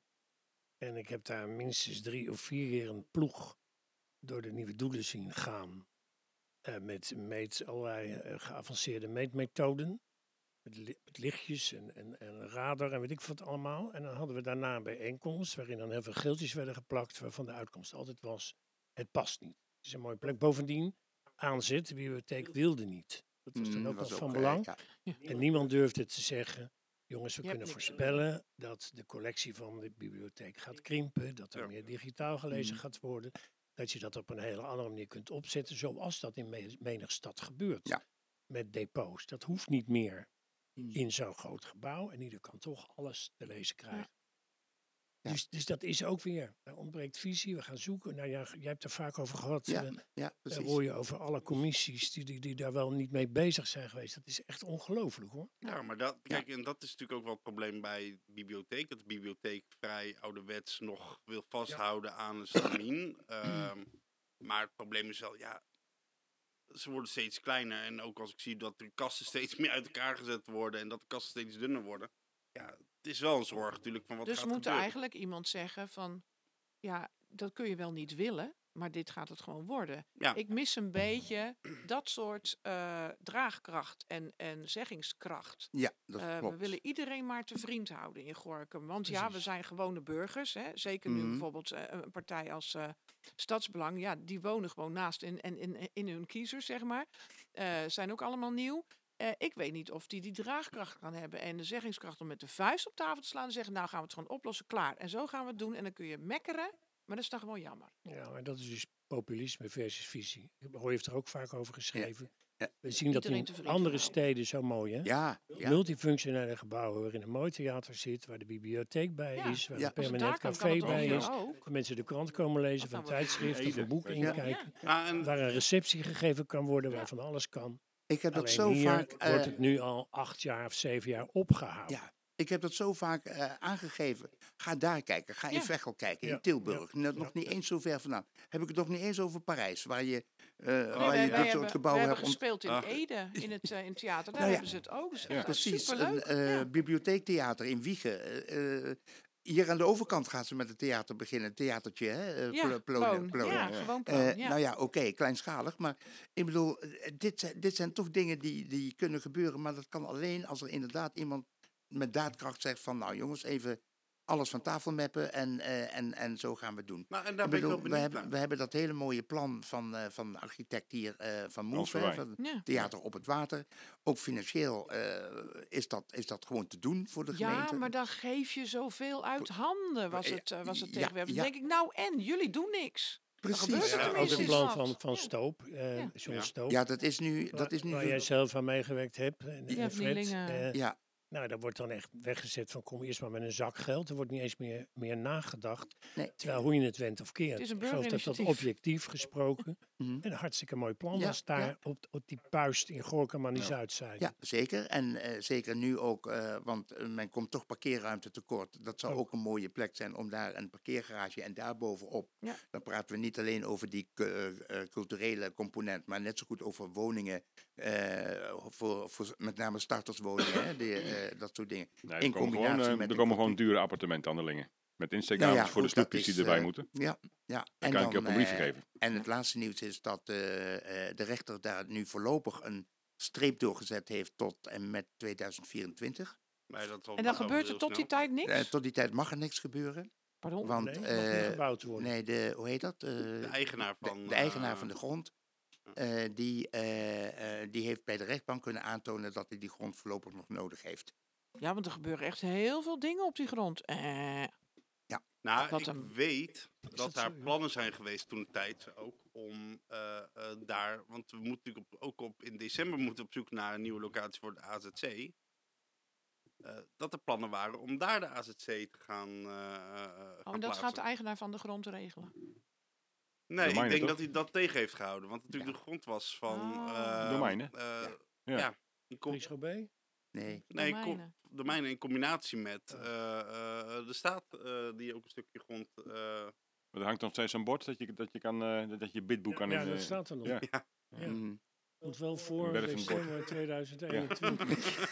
En ik heb daar minstens drie of vier keer een ploeg door de nieuwe doelen zien gaan. Eh, met meet, allerlei eh, geavanceerde meetmethoden. Met, li- met lichtjes en, en, en radar en weet ik wat allemaal. En dan hadden we daarna een bijeenkomst waarin dan heel veel geeltjes werden geplakt. Waarvan de uitkomst altijd was, het past niet. Het is een mooie plek. Bovendien, aanzet, de bibliotheek wilde niet. Dat was dan Hm, ook was nog van eh, belang. ja. En niemand durfde te zeggen, jongens, we Je hebt kunnen niks. voorspellen dat de collectie van de bibliotheek gaat krimpen, dat er Ja. meer digitaal gelezen Mm. gaat worden, dat je dat op een hele andere manier kunt opzetten, zoals dat in me- menig stad gebeurt. Ja. Met depots. Dat hoeft niet meer Mm. in zo'n groot gebouw en ieder kan toch alles te lezen krijgen. Ja. Dus, dus dat is ook weer, er ontbreekt visie, we gaan zoeken. Nou ja, jij hebt er vaak over gehad. Ja, eh, ja, Dan precies. hoor je over alle commissies die, die, die daar wel niet mee bezig zijn geweest. Dat is echt ongelooflijk hoor. Ja, maar dat, Ja. kijk, en dat is natuurlijk ook wel het probleem bij de bibliotheek. Dat de bibliotheek vrij ouderwets nog wil vasthouden aan een stramien. Ehm, maar het probleem is wel, ja, ze worden steeds kleiner. En ook als ik zie dat de kasten steeds meer uit elkaar gezet worden en dat de kasten steeds dunner worden. Ja, het is wel een zorg natuurlijk van wat Dus gaat moet er gebeuren. eigenlijk iemand zeggen van, ja, dat kun je wel niet willen, maar dit gaat het gewoon worden. Ja. Ik mis een beetje dat soort eh, draagkracht en, en zeggingskracht. Ja, dat Eh, we klopt. willen iedereen maar te vriend houden in Gorinchem. Want ja, we Precies. zijn gewone burgers. Hè? Zeker nu Mhm. bijvoorbeeld eh, een partij als eh, Stadsbelang. Ja, die wonen gewoon naast in, in, in, in hun kiezers, zeg maar. Eh, zijn ook allemaal nieuw. Eh, ik weet niet of die die draagkracht kan hebben en de zeggingskracht om met de vuist op tafel te slaan en zeggen, nou gaan we het gewoon oplossen, klaar. En zo gaan we het doen en dan kun je mekkeren, maar dat is dan gewoon jammer. Ja, maar dat is dus populisme versus visie. Roy heeft er ook vaak over geschreven. Ja. We zien dat Iedereen in tevreden andere houden. steden zo mooi, hè? Ja, ja. Multifunctionele gebouwen waarin een mooi theater zit, waar de bibliotheek bij Ja. is, waar Ja. een Als het permanent daar kan, kan café het toch bij hier is, ook. waar mensen de krant komen lezen, Wat van dan wordt tijdschriften, eten, van boeken weet je. inkijken, Ja, en waar een receptie gegeven kan worden, waar van alles kan. Ik heb dat Alleen zo hier vaak. eh, wordt het nu al acht jaar of zeven jaar opgehouden. Ja, ik heb dat zo vaak eh, aangegeven. Ga daar kijken. Ga in Ja. Veghel kijken, Ja, in Tilburg. ja, Net ja, nog niet ja. eens zo ver vandaan. Heb ik het nog niet eens over Parijs, waar je, eh, Nee, waar wij, je wij dit soort hebben, we gebouwen hebben hebt. ont- gespeeld in Ah. Ede, in het, eh, in het theater. Daar Nou ja. hebben ze het ook. Dus, Ja. ja, Precies, een superleuk. eh, Ja. bibliotheektheater in Wiegen. eh, eh, hier aan de overkant gaan ze met het theater beginnen. Een theatertje, hè? eh, Ja, Plo- Plonen- Ploon. Plonen. Ja, ja. gewoon Eh, Ploon. Ja. Nou ja, oké, kleinschalig. Maar ik bedoel, eh, dit zijn, dit zijn toch dingen die, die kunnen gebeuren. Maar dat kan alleen als er inderdaad iemand met daadkracht zegt van... Nou jongens, even alles van tafel meppen en, uh, en, en zo gaan we het doen. Nou, en daar Ik ben ik bedoel, wel we, benieuwd hebben, naar. we hebben dat hele mooie plan van, uh, van de architect hier uh, van Move, hè, van Ja. Theater op het Water. Ook financieel uh, is, dat, is dat gewoon te doen voor de Ja, gemeente. maar dan geef je zoveel uit handen, was het, uh, was het Ja, tegenwerp. Dan ja. denk ik, nou en, jullie doen niks. Precies. gebeurt er Ja, Ook tenminste een eens plan wat. van, van Ja. Stoop, uh, Ja. John Ja. Stoop. Ja, dat is nu... Dat is nu waar zo- jij zelf aan meegewerkt hebt. En, Ja, en Fred, Vlielingen. eh, ja, nou, daar wordt dan echt weggezet van kom eerst maar met een zak geld. Er wordt niet eens meer, meer nagedacht. nee. Terwijl hoe je het went of keert. Het is een Ik geloof dat dat burgerinitiatief. objectief gesproken Mhm. een hartstikke mooi plan Ja, was daar ja. op, op die puist in Gorkum aan die Ja. zuidzijde. Ja, zeker. En eh, zeker nu ook, uh, want uh, men komt toch parkeerruimte tekort. Dat zou Ook. ook een mooie plek zijn om daar een parkeergarage en daarbovenop. Ja. Dan praten we niet alleen over die uh, uh, culturele component, maar net zo goed over woningen. Uh, voor, voor met name starterswoningen, hè, die, uh, dat soort dingen. Nee, In er komen combinatie gewoon, uh, met er een komen gewoon cultuur. dure appartementen aan de lingen. Met Nou insteekkamers ja, voor de goed, dat snoepjes die is, erbij uh, moeten. Ja, ja. Dan En kan ik je op een briefje eh, geven. En het laatste nieuws is dat uh, uh, de rechter daar nu voorlopig een streep doorgezet heeft tot en met tweeduizend vierentwintig. Maar dat zal En dan wel gebeurt er heel tot die snel. tijd niks? Uh, tot die tijd mag er niks gebeuren. Pardon? Want Nee, mag niet eh, gebouwd worden. nee, de, hoe heet dat? Eh, De eigenaar de, van... de eigenaar eh, van de grond, eh, die, eh, eh, die heeft bij de rechtbank kunnen aantonen dat hij die grond voorlopig nog nodig heeft. Ja, want er gebeuren echt heel veel dingen op die grond. Eh, Nou, Wat ik een- weet dat dat daar zo, ja? plannen zijn geweest toen de tijd ook om uh, uh, daar, want we moeten natuurlijk op, ook op in december moeten op zoek naar een nieuwe locatie voor de A Z C. Uh, dat er plannen waren om daar de A Z C te gaan, uh, uh, gaan oh, en dat plaatsen. gaat de eigenaar van de grond regelen. Nee, ik Domeinen, denk toch? dat hij dat tegen heeft gehouden, want natuurlijk Ja. de grond was van... Oh. Uh, Domeinen? uh, Ja. ja. Ja. in com- Friesro B? Nee. nee, com- Domeinen. domeinen in combinatie met uh, uh, de staat uh, die ook een stukje grond... Uh, Maar er hangt nog steeds een bord dat je, dat je, kan, uh, dat je bidboek kan... Ja, in, dat uh, staat er nog. ja. Ja. Mhm. Moet wel voor werf in het bord. december tweeduizend eenentwintig.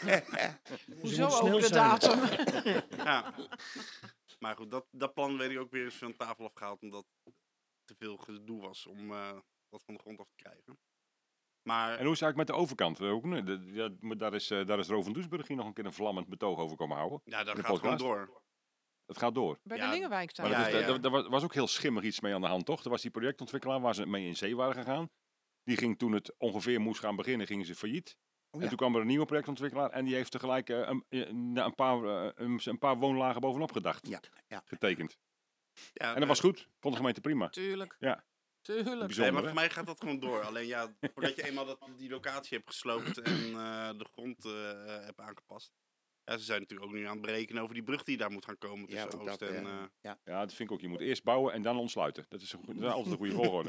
Dus Hoezo je moet snel over de zijn. datum? ja. Maar goed, dat, dat plan weet ik ook weer eens van tafel afgehaald, omdat het te veel gedoe was om uh, dat van de grond af te krijgen. Maar En hoe is het eigenlijk met de overkant? Uh, Ook, nee, de- ja, maar daar is, uh, daar is Rovan Doesburg hier nog een keer een vlammend betoog over komen houden. ja, dat de gaat gewoon podcast? door. Het gaat door. Bij Ja, de Lingenwijk Maar daar. Ja, dat is, ja. daar- daar was- was ook heel schimmig iets mee aan de hand, toch? Er was die projectontwikkelaar waar ze mee in zee waren gegaan. Die ging toen het ongeveer moest gaan beginnen, gingen ze failliet. Oh, En ja. toen kwam er een nieuwe projectontwikkelaar en die heeft tegelijk uh, een, een, een, paar, uh, een, een paar woonlagen bovenop gedacht. Ja, ja. Getekend. Ja, En dat was goed. Vond de gemeente prima. Tuurlijk. Ja. Tuurlijk. Nee, Bijzonder, maar hè? voor mij gaat dat gewoon door. Alleen ja, voordat je eenmaal dat, die locatie hebt gesloopt en uh, de grond uh, hebt aangepast. Ja, ze zijn natuurlijk ook nu aan het berekenen over die brug die daar moet gaan komen Ja, tussen ook Oost dat, en... ja. Uh, ja. Ja, dat vind ik ook. Je moet eerst bouwen en dan ontsluiten. Dat is, een, goed- dat is altijd een goede volgorde.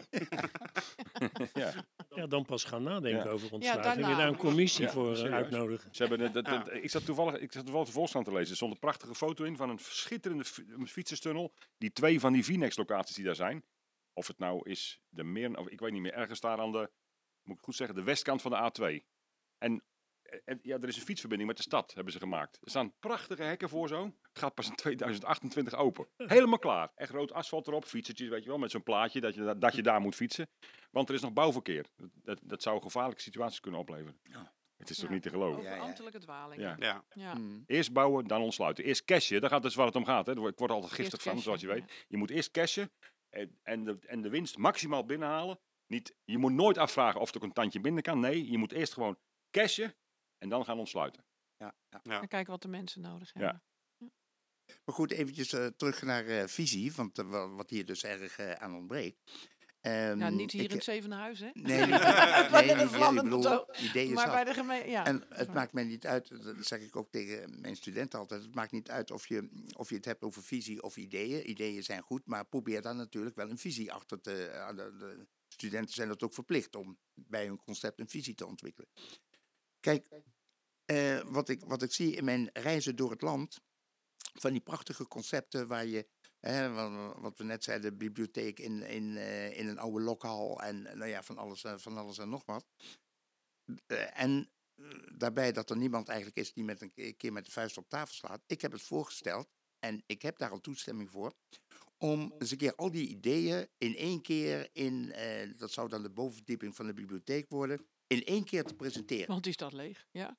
ja. Ja, dan pas gaan nadenken Ja. over ontsluiting. en je daarna. daar een commissie Ja, voor uh, serieus. uitnodigen. Ze hebben het, het- Ja. het- ik zat toevallig, ik zat toevallig de Volkskrant te lezen. Er stond een prachtige foto in van een schitterende fi- een fietsenstunnel. Die twee van die Vinex-locaties die daar zijn. Of het nou is de meer, of ik weet niet meer, ergens daar aan de, moet ik goed zeggen, de westkant van de A twee. En, en ja, er is een fietsverbinding met de stad, hebben ze gemaakt. Er staan prachtige hekken voor zo. Het gaat pas in tweeduizend achtentwintig open. Helemaal klaar. Echt rood asfalt erop, fietsertjes, weet je wel, met zo'n plaatje dat je, dat je daar moet fietsen. Want er is nog bouwverkeer. Dat, dat, dat zou gevaarlijke situaties kunnen opleveren. Ja. Het is Ja. toch niet te geloven? Over Ja, ja. ambtelijke dwaling. Ja. ja. Ja. Mhm. Eerst bouwen, dan ontsluiten. Eerst cashen, daar gaat dus waar het om gaat. Hè. Ik word er altijd giftig Eerst van, cashen, zoals je ja. weet. Je moet eerst cashen en, en, de, en de winst maximaal binnenhalen. Niet, je moet nooit afvragen of er een tandje binnen kan. Nee, je moet eerst gewoon cashen en dan gaan ontsluiten. Ja, ja. En kijken wat de mensen nodig Ja. hebben. Maar goed, eventjes uh, terug naar uh, visie, want uh, wa- wat hier dus erg uh, aan ontbreekt. Um, Ja, niet hier ik, in het Zevenhuis, hè? Nee, niet, nee, Bij niet een hier. Ik vlammend bedoel, betoog. ideeën Maar zat. bij de gemeente, ja. En het maakt mij niet uit, dat zeg ik ook tegen mijn studenten altijd, het maakt niet uit of je, of je het hebt over visie of ideeën. Ideeën zijn goed, maar probeer dan natuurlijk wel een visie achter te... Uh, de, de studenten zijn dat ook verplicht om bij hun concept een visie te ontwikkelen. Kijk, uh, wat, ik, wat ik zie in mijn reizen door het land, van die prachtige concepten waar je... Hè, wat we net zeiden, de bibliotheek in, in, uh, in een oude lokhal en nou ja, van alles, uh, van alles en nog wat. Uh, en uh, daarbij dat er niemand eigenlijk is die met een keer met de vuist op tafel slaat. Ik heb het voorgesteld en ik heb daar al toestemming voor. Om eens een keer al die ideeën in één keer in, uh, dat zou dan de bovenverdieping van de bibliotheek worden, in één keer te presenteren. Want die staat leeg, ja.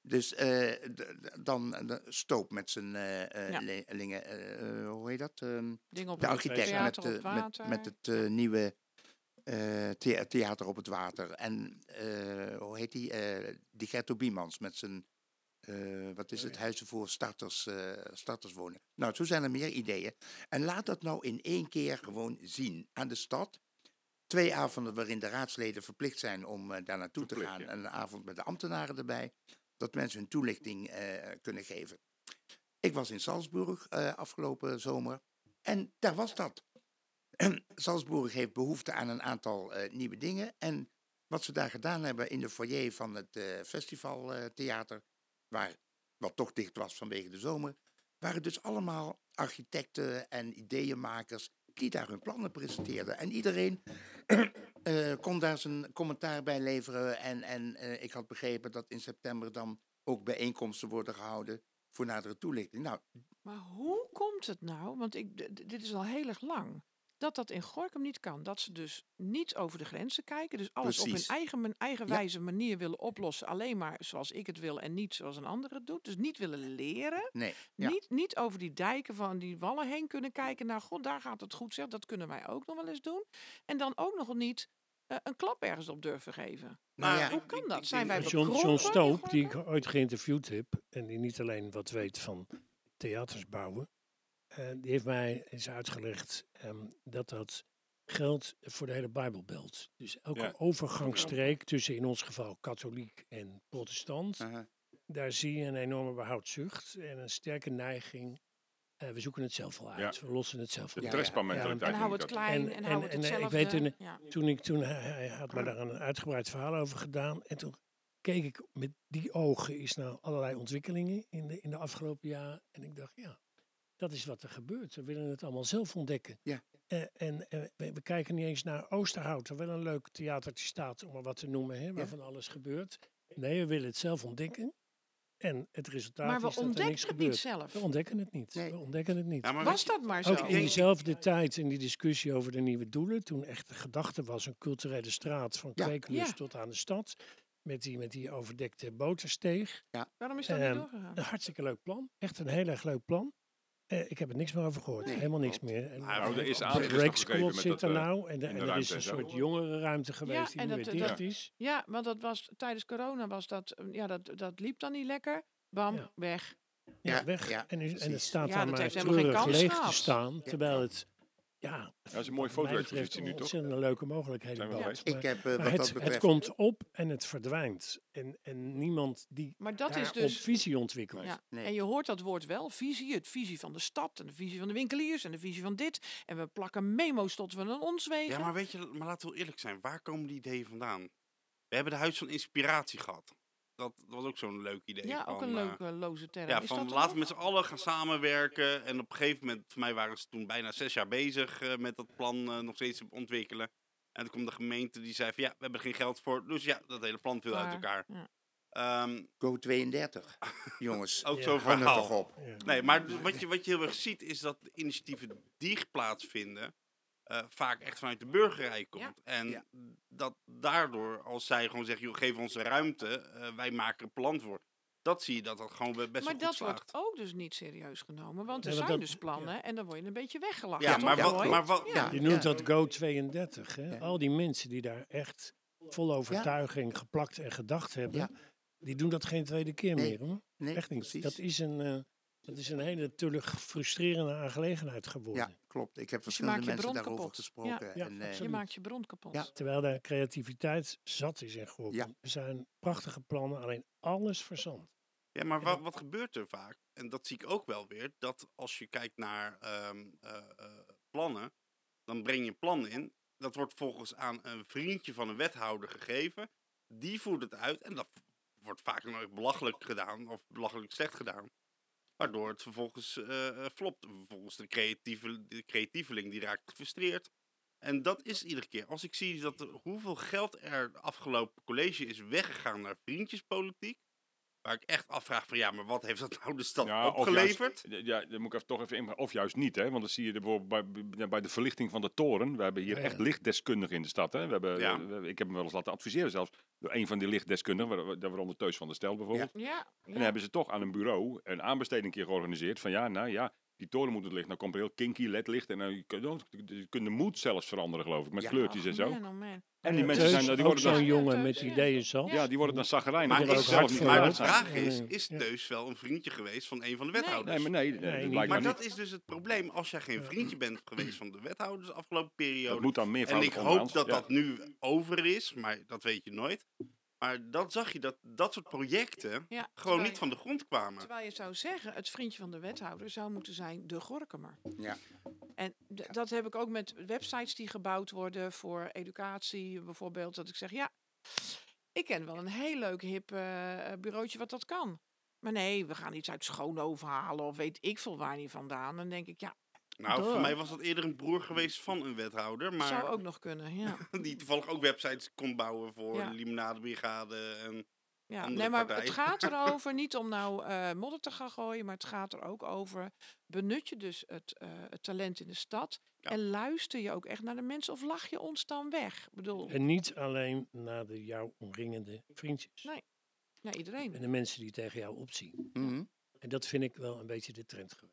Dus eh, d- d- dan de Stoop met zijn eh, eh, Ja. le- lingen, eh, eh, hoe heet dat? Ehm, Dingen op de het architect met, theater op eh, het met, water. met het eh, nieuwe eh, thea- theater op het water. En eh, hoe heet die? Eh, die Gerto Biemans met zijn, eh, wat is het, huizen voor starters, eh, starters wonen. Nou, zo zijn er meer ideeën. En laat dat nou in één keer gewoon zien aan de stad. Twee avonden waarin de raadsleden verplicht zijn om eh, daar naartoe te Verplicht, gaan. ja. En een avond met de ambtenaren erbij. Dat mensen hun toelichting eh, kunnen geven. Ik was in Salzburg eh, afgelopen zomer. En daar was dat. Salzburg heeft behoefte aan een aantal eh, nieuwe dingen. En wat ze daar gedaan hebben in de foyer van het eh, festivaltheater, waar wat toch dicht was vanwege de zomer, waren dus allemaal architecten en ideeënmakers die daar hun plannen presenteerden. En iedereen eh, kon daar zijn commentaar bij leveren. En, en eh, ik had begrepen dat in september dan ook bijeenkomsten worden gehouden voor nadere toelichting. Nou, Maar hoe komt het nou, want ik, d- d- dit is al heel erg lang, dat dat in Gorinchem niet kan. Dat ze dus niet over de grenzen kijken. Dus alles op Precies. hun eigen, man- eigen Ja. wijze manier willen oplossen. Alleen maar zoals ik het wil en niet zoals een ander het doet. Dus niet willen leren. nee. Ja. Niet, niet over die dijken van die wallen heen kunnen kijken. Nou, god, daar gaat het goed, zeg. Dat kunnen wij ook nog wel eens doen. En dan ook nog niet eh, een klap ergens op durven geven. Nou ja, Hoe kan dat? Zijn wij John, John bekrompen in Stoop, die ik Gorinchem? ooit geïnterviewd heb, en die niet alleen wat weet van theaters bouwen, eh, die heeft mij eens uitgelegd ehm, dat dat geldt voor de hele Bijbelbelt. Dus elke Ja. overgangsstreek tussen in ons geval katholiek en protestant, Uh-huh. daar zie je een enorme behoudzucht en een sterke neiging. eh, we zoeken het zelf wel uit, Ja. we lossen het zelf De wel Ja, uit. ja. Trespa-mentaliteit. En hou noem ik het dat. klein En- en, en- hou het en, eh, ik hetzelfde. weet in- Ja. Toen, ik, toen hij, hij had me daar een uitgebreid verhaal over gedaan. En toen keek ik met die ogen eens naar allerlei ontwikkelingen in de, in de afgelopen jaren. En ik dacht, ja, dat is wat er gebeurt. We willen het allemaal zelf ontdekken. Ja. Eh, en eh, we, we kijken niet eens naar Oosterhout, waar wel een leuk theatertje staat, om maar wat te noemen, hè, waarvan alles gebeurt. Nee, we willen het zelf ontdekken. En het resultaat Maar we is dat er niks ontdekken het gebeurt. niet zelf. We ontdekken het niet. Nee. We ontdekken het niet. Ja, maar Was weet je- dat maar zo? Ook in denk- diezelfde tijd, in die discussie over de nieuwe doelen, toen echt de gedachte was een culturele straat van Ja. Kweeklust Ja. tot aan de stad, met die, met die overdekte botersteeg. Waarom is dat Ehm, niet doorgegaan? Een hartstikke leuk plan, echt een heel erg leuk plan. Eh, ik heb er niks meer over gehoord, Nee, helemaal niks klopt. meer. En, Nou, er is de aandacht Break gegeven School met zit dat, er eh, nou en, de- in en de er is ruimte een en zo. soort jongerenruimte geweest die en nu dat- weer dat- dicht is. Ja, want dat was tijdens corona was dat, eh, ja, dat, dat liep dan niet lekker. Bam, Ja. weg. Ja, Ja, weg. ja, en, nu- en het precies. staat Ja, daar dat maar heeft helemaal geen treurig kans leeg te gehad. staan, terwijl het, ja, Dat is een mooie wat mij betreft foto-expositie nu, een toch? ontzettend leuke mogelijkheden Zijn we biedt. geweest? Ik Maar- heb, eh, Maar wat dat het, betreft... het komt op en het verdwijnt. En, en niemand die Maar dat is daarop dus... visie ontwikkelt. Ja. Nee. En je hoort dat woord wel, visie, het visie van de stad en de visie van de winkeliers en de visie van dit. En we plakken memo's tot we aan ons wegen. Ja, maar weet je, maar laten we wel eerlijk zijn. Waar komen die ideeën vandaan? We hebben de Huis van Inspiratie gehad. Dat, dat was ook zo'n leuk idee. Ja, van, ook een eh, leuke loze term. Ja, Is van dat er laten we nog? met z'n allen gaan samenwerken. En op een gegeven moment, voor mij waren ze toen bijna zes jaar bezig eh, met dat plan eh, nog steeds te ontwikkelen. En toen kwam de gemeente die zei van ja, we hebben er geen geld voor. Dus ja, dat hele plan viel uit Klaar. elkaar. Ja. Ehm, Go tweeëndertig, jongens. ook Ja, zo'n Hang er toch verhaal. op. Ja. Nee, maar dus wat je, wat je heel erg ziet is dat de initiatieven die plaatsvinden eh, vaak echt vanuit de burgerij komt. En Ja. dat daardoor, als zij gewoon zeggen, joh, geef ons de ruimte, eh, wij maken een plan voor. Dat zie je dat dat gewoon best Maar wel goed dat slaagt. wordt ook dus niet serieus genomen. Want er Nee, want zijn dat- dus plannen en dan word je een beetje weggelachen. Ja, toch, maar wat, Roy? maar wat, Ja. Je noemt Ja. dat Go tweeëndertig. Hè? Ja. Al die mensen die daar echt vol overtuiging geplakt en gedacht hebben, Ja. die doen dat geen tweede keer Nee, meer. Hoor. Nee, Echt niet. precies. Dat is een, eh, dat is een hele tullig frustrerende aangelegenheid geworden. Ja, klopt. Ik heb Dus je verschillende maakt je mensen bron daarover kapot. gesproken. Ja, en, eh, absoluut. Je maakt je bron kapot. Ja. Terwijl de creativiteit zat is in Gorinchem. Er zijn prachtige plannen, alleen alles verzand. Ja, maar wat, wat gebeurt er vaak? En dat zie ik ook wel weer. Dat als je kijkt naar ehm, eh, eh, plannen, dan breng je een plan in. Dat wordt volgens aan een vriendje van een wethouder gegeven. Die voert het uit en dat wordt vaak nooit belachelijk gedaan of belachelijk slecht gedaan. Waardoor het vervolgens eh, eh, flopt. Vervolgens de, creatieve, de creatieveling die raakt gefrustreerd. En dat is iedere keer. Als ik zie dat er, hoeveel geld er de afgelopen college is weggegaan naar vriendjespolitiek. Waar ik echt afvraag van ja, maar wat heeft dat nou de stad Ja, of opgeleverd? juist- ja, dan moet ik even, toch even in. Of juist niet, hè? Want dan zie je er bijvoorbeeld bij, bij de verlichting van de toren. We hebben hier Ja, ja. echt lichtdeskundigen in de stad. Hè? We hebben, Ja. we- ik heb hem wel eens laten adviseren zelfs door een van die lichtdeskundigen, waar- waar- waaronder Teus van der Stel bijvoorbeeld. Ja, En dan ja. hebben ze toch aan een bureau een aanbesteding een keer georganiseerd van ja, nou ja, die toren moet het licht. Nou komt er heel kinky ledlicht en dan je kunt je kunt de moed zelfs veranderen, geloof ik, met Ja. kleurtjes en Ach, zo. man, oh man. En die Ja, mensen Teus, zijn, die ook worden zo'n dan, Ja, jongen Teus, met ja. ideeën zat. ja, die worden dan zaggerijnig. Maar Die worden is ook zelf Teus, niet maar de uitgaan. vraag Ja, is, ja. is Ja. Teus wel een vriendje geweest van een van de Nee. wethouders? Nee, maar nee, Nee, nee, niet. blijkbaar Maar niet. dat is dus het probleem. Als jij geen vriendje bent geweest van de wethouders de afgelopen Dat periode. moet dan En meervoudig ik hoop onderhand. dat Ja. dat nu over is, maar dat weet je nooit. Maar dan zag je dat dat soort projecten Ja, gewoon terwijl niet je- van de grond kwamen. Terwijl je zou zeggen, het vriendje van de wethouder zou moeten zijn de Gorkumer. Ja. En d- dat heb ik ook met websites die gebouwd worden voor educatie bijvoorbeeld. Dat ik zeg, ja, ik ken wel een heel leuk hip eh, bureautje wat dat kan. Maar nee, we gaan iets uit Schoonhoven halen of weet ik veel waar niet vandaan. Dan denk ik, ja, Nou, voor Duh. mij was dat eerder een broer geweest van een wethouder. Maar zou ook nog kunnen, ja. die toevallig ook websites kon bouwen voor Ja. de Limonadebrigade. En Ja, andere nee, maar partij. het gaat erover niet om nou eh, modder te gaan gooien, maar het gaat er ook over, benut je dus het, eh, het talent in de stad Ja. en luister je ook echt naar de mensen of lach je ons dan weg? Ik bedoel, En niet alleen naar de jou omringende vriendjes. Nee. ja, iedereen. En de mensen die tegen jou opzien. Mhm. En dat vind ik wel een beetje de trend geweest.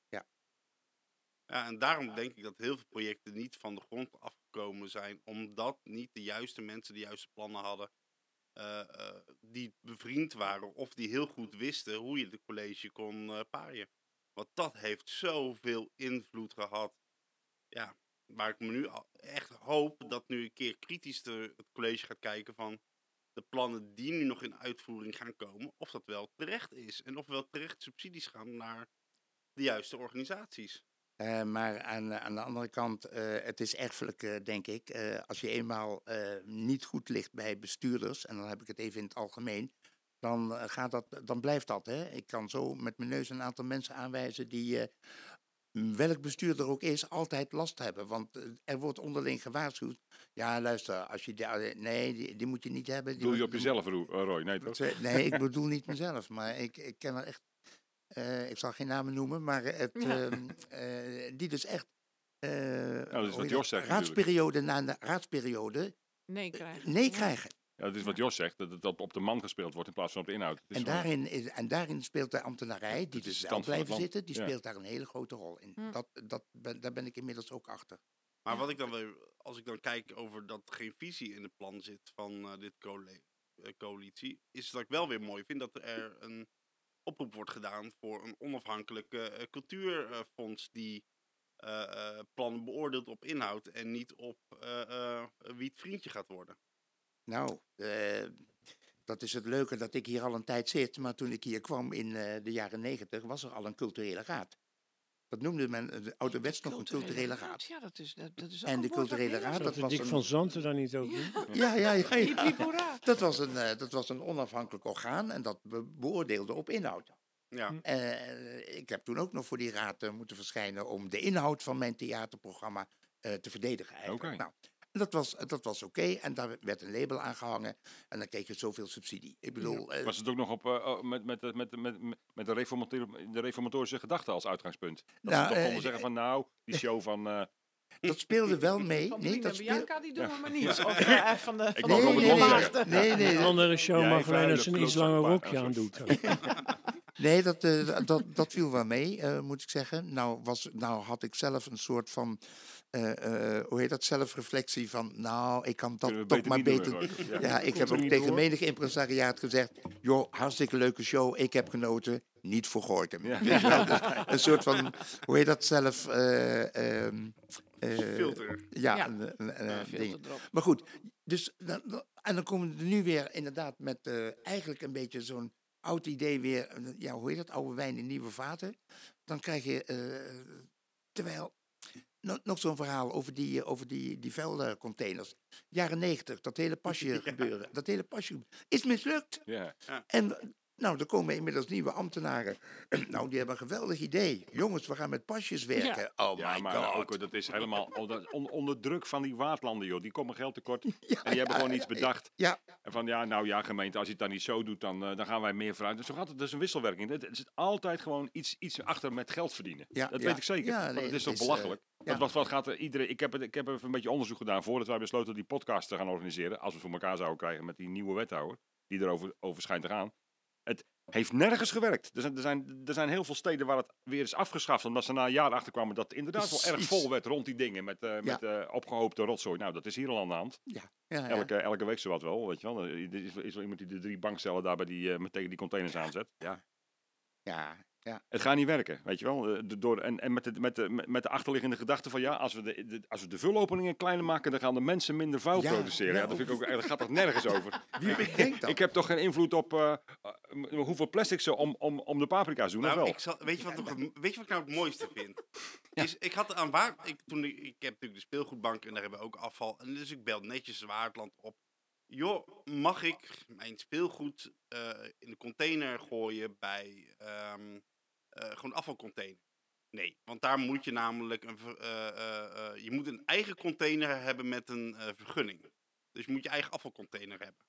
Ja, en daarom denk ik dat heel veel projecten niet van de grond afgekomen zijn. Omdat niet de juiste mensen de juiste plannen hadden. eh, eh, die bevriend waren of die heel goed wisten hoe je het college kon eh, paaien. Want dat heeft zoveel invloed gehad. Ja, waar ik me nu al echt hoop dat nu een keer kritisch de, het college gaat kijken van de plannen die nu nog in uitvoering gaan komen, of dat wel terecht is. En of wel terecht subsidies gaan naar de juiste organisaties. Eh, maar aan, aan de andere kant, eh, het is erfelijk, eh, denk ik. Eh, als je eenmaal eh, niet goed ligt bij bestuurders, en dan heb ik het even in het algemeen, dan, eh, gaat dat, dan blijft dat. Hè? Ik kan zo met mijn neus een aantal mensen aanwijzen die, eh, welk bestuurder ook is, altijd last hebben. Want eh, er wordt onderling gewaarschuwd. Ja, luister, als je die, eh, nee, die, die moet je niet hebben. Die Doe je moet- op jezelf, Ro- eh, Roy? Nee, toch? Ze- Nee, ik bedoel niet mezelf, maar ik, ik ken er echt, eh, ik zal geen namen noemen, maar het, Ja. ehm, eh, die dus echt, eh, dat is hoe wat heet Jos zegt raadsperiode na de raadsperiode Nee eh, krijgen. nee Ja. krijgen. Ja, dat is wat Jos zegt, dat het dat op de man gespeeld wordt in plaats van op de inhoud. Het is En gewoon- daarin, is, en daarin speelt de ambtenarij, die is de dus wel stand van het blijven land. zitten, die Ja. speelt daar een hele grote rol in. Hm. Dat, dat ben, daar ben ik inmiddels ook achter. Maar Ja. wat ik dan weer, als ik dan kijk over dat er geen visie in het plan zit van eh, dit coali- eh, coalitie, is dat ik wel weer mooi vind dat er een oproep wordt gedaan voor een onafhankelijke eh, cultuurfonds die eh, eh, plannen beoordeelt op inhoud en niet op eh, eh, wie het vriendje gaat worden. Nou, eh, dat is het leuke dat ik hier al een tijd zit, maar toen ik hier kwam in eh, de jaren negentig was er al een culturele raad. Dat noemde men eh, ouderwets nog een culturele raad. Ja, dat is, dat, dat is ook En een de woord wat ik culturele heel raad, erg- dat Zat de was Dick een- van Zanten daar niet ook in? Ja, ja, ja. Hiep, ja. hiep, hoera. Dat was, een, eh, dat was een onafhankelijk orgaan en dat be- beoordeelde op inhoud. Ja, Hm. Eh, ik heb toen ook nog voor die raad eh, moeten verschijnen om de inhoud van mijn theaterprogramma eh, te verdedigen eigenlijk. Oké. Nou, dat was, dat was oké en daar werd een label aan gehangen en dan kreeg je zoveel subsidie. Ik bedoel, eh, Was het ook nog op, eh, oh, met, met, met, met, met, met de, reformator- de reformatorische gedachte als uitgangspunt? Dat Nou, ze toch eh, konden zeggen van nou, die show van... eh, dat speelde wel mee. Van Nee, Blien dat en speelde... Bianca, die doen we maar niet. Of eh, van de, van wou de Nee, Robert nee, Long nee, zeggen. nee, nee, Een andere show Jij mag alleen vuile als ze een iets klootzak, langer maar- rokje oh, aandoet. nee dat, eh, dat, dat viel wel mee, eh, moet ik zeggen. Nou, was, nou had ik zelf een soort van, eh, eh, hoe heet dat, zelfreflectie van, nou, ik kan kunnen dat we toch maar niet doen, beter... Roy. Ja. Ja, ik Komt heb er ook niet tegen door. menig impresariaat gezegd, joh, hartstikke leuke show, ik heb genoten, niet voor Gooitem. Ja. Weet je wel, dus een soort van, hoe heet dat zelf... eh, ehm, eh, filter. Ja, Ja. een, een, een, Ja, een filter ding. erop. Maar goed, dus, dan- dan- en dan komen we er nu weer inderdaad met eh, eigenlijk een beetje zo'n oud idee weer, eh, ja, hoe heet dat, oude wijn in nieuwe vaten. Dan krijg je, eh, terwijl, nog, nog zo'n verhaal over die, eh, over die, die vuilcontainers. Jaren negentig, dat hele pasje gebeuren, dat hele pasje gebeuren, is mislukt. Ja. En Nou, er komen inmiddels nieuwe ambtenaren. Nou, die hebben een geweldig idee. Jongens, we gaan met pasjes werken. Oh Ja, my maar god. ook, eh, dat is helemaal onder, on- onder druk van die waardlanden, joh. Die komen geld tekort. Ja, En die hebben ja, gewoon iets bedacht. Ja, En van, ja, nou ja, gemeente, als je het dan niet zo doet, dan, eh, dan gaan wij meer vooruit. Dus zo gaat het, dus een wisselwerking. Het, het zit altijd gewoon iets, iets achter met geld verdienen. Ja, dat ja. weet ik zeker. Ja, Want nee, het is het toch is, belachelijk? ja. Want wat, wat gaat er iedereen... Ik heb, het, ik heb even een beetje onderzoek gedaan voordat wij besloten die podcast te gaan organiseren. Als we het voor elkaar zouden krijgen met die nieuwe wethouder. Die erover over schijnt te gaan. Het heeft nergens gewerkt. Er zijn, er, zijn, er zijn heel veel steden waar het weer is afgeschaft. Omdat ze na een jaar achterkwamen dat het inderdaad wel erg Precies. vol werd rond die dingen. Met, eh, met eh, opgehoopte rotzooi. Nou, dat is hier al aan de hand. ja, ja. ja. Elke, elke week zowat wel, weet je wel. Er is, is wel iemand die de drie bankstellen daar bij die, eh, met tegen die containers aanzet. Ja. ja, ja. Het gaat niet werken, weet je wel. Eh, de- Door, en en met, de, met, de, met de achterliggende gedachte van ja, als we de, de, als we de vulopeningen kleiner maken, dan gaan de mensen minder vuil Ja, produceren. Ja, ja, dat vind ik ook, daar gaat toch nergens over. Wie bedenkt dat? Ik heb toch geen invloed op eh, eh, hoeveel plastic ze om, om, om de paprika's doen, of Nou, wel? ik zal, weet, je wat, nog het- weet je wat ik nou het mooiste vind? Is, ik had aan waar. Ik, toen ik, ik heb natuurlijk de speelgoedbank en daar hebben we ook afval. En dus ik bel netjes Waardland op. Joh, mag ik mijn speelgoed eh, in de container gooien bij ehm, eh, gewoon afvalcontainer? Nee, want daar moet je namelijk een, ver- eh, eh, eh, je moet een eigen container hebben met een eh, vergunning. Dus je moet je eigen afvalcontainer hebben.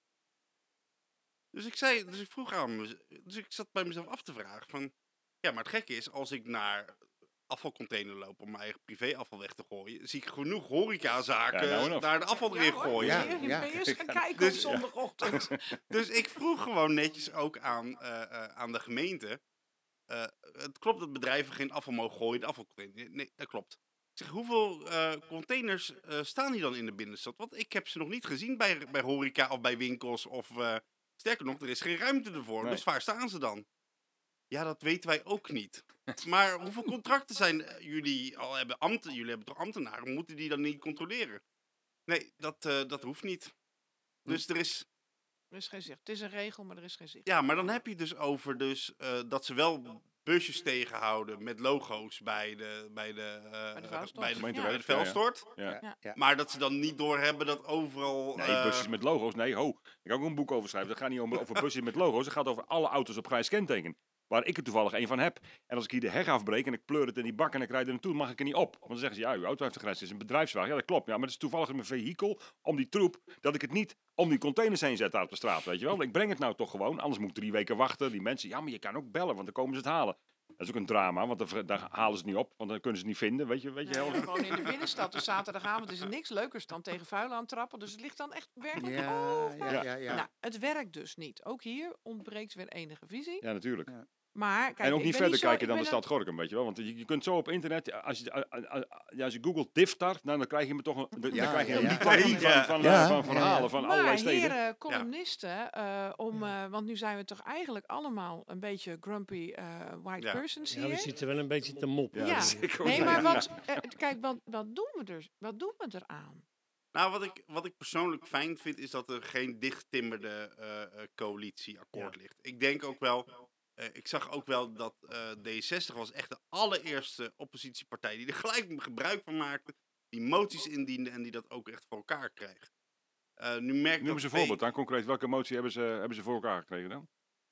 Dus ik zei, dus ik vroeg aan me, dus ik zat bij mezelf af te vragen van, ja, maar het gekke is, als ik naar afvalcontainer loop om mijn eigen privéafval weg te gooien, zie ik genoeg horecazaken Ja, nou en of. daar de afval erin hoor, gooien. Ja, ben je- ja. ben je eens gaan kijken Dus- op zondagochtend. Dus ik vroeg gewoon netjes ook aan, eh, eh, aan de gemeente. eh, het klopt dat bedrijven geen afval mogen gooien in de afvalcontainer. Nee, dat klopt. Ik zeg, hoeveel eh, containers eh, staan hier dan in de binnenstad? Want ik heb ze nog niet gezien bij, bij horeca of bij winkels. Of, eh, sterker nog, er is geen ruimte ervoor. Nee. Dus waar staan ze dan? Ja, dat weten wij ook niet. Maar hoeveel contracten zijn eh, jullie al hebben? Ambten, jullie hebben toch ambtenaren? Moeten die dan niet controleren? Nee, dat, eh, dat hoeft niet. Dus er is... Er is geen zicht. Het is een regel, maar er is geen zicht. Ja, maar dan heb je het dus over dus, eh, dat ze wel busjes tegenhouden met logo's bij de, bij de, eh, Bij de vuilstort. bij de, Gemeente bij de Werk, ja, ja. vuilstort. Ja. Ja. Ja. Maar dat ze dan niet doorhebben dat overal... Nee, eh, busjes met logo's. Nee, ho. Ik kan ook een boek over schrijven. Dat gaat niet om, over busjes met logo's. Het gaat over alle auto's op grijs kenteken. Waar ik er toevallig één van heb. En als ik hier de heg afbreek en ik pleur het in die bak en ik rijd er naartoe, mag ik er niet op. Want dan zeggen ze, ja, uw auto heeft een grijs. Het is een bedrijfswagen. Ja, dat klopt. Ja, maar het is toevallig mijn vehikel om die troep, dat ik het niet om die containers heen zet daar op de straat, weet je wel. Ik breng het nou toch gewoon. Anders moet ik drie weken wachten. Die mensen, ja, maar je kan ook bellen, want dan komen ze het halen. Dat is ook een drama, want dan, dan halen ze het niet op. Want dan kunnen ze het niet vinden, weet je, weet je Nee, wel. gewoon in de binnenstad. Dus zaterdagavond is er niks leukers dan tegen vuil aantrappen. Dus het ligt dan echt werkelijk Ja, overal. ja, ja, ja. Nou, het werkt dus niet. Ook hier ontbreekt weer enige visie. Ja, natuurlijk. Maar kijk, En ook ik niet ben verder zo- kijken ik dan de ben stad Gorinchem, weet je wel. Want je, je kunt zo op internet, als je, a- a- a- ja, als je googelt Diftar, nou, dan krijg je me toch een, dan Ja, krijg je ja, een ja. litanie van, Ja. van, Ja, eh, van ja, verhalen ja. van Maar allerlei steden. heren, columnisten, eh, om, eh, want nu zijn we toch eigenlijk allemaal een beetje grumpy eh, white Ja. persons Ja, we hier. zitten wel een beetje te moppen. Ja. dat is- ik ook Nee, wel, maar ja. wat, eh, kijk, wat, wat doen we er? Wat doen we eraan? Nou, wat ik, wat ik persoonlijk fijn vind, is dat er geen dichttimmerde eh, eh, coalitieakkoord ligt. Ik denk ook wel, eh, ik zag ook wel dat eh, D zestig was echt de allereerste oppositiepartij die er gelijk gebruik van maakte, die moties indiende en die dat ook echt voor elkaar kreeg. Eh, nu merk ik Noem dat eens een P- voorbeeld dan, concreet. Welke motie hebben ze, hebben ze voor elkaar gekregen dan?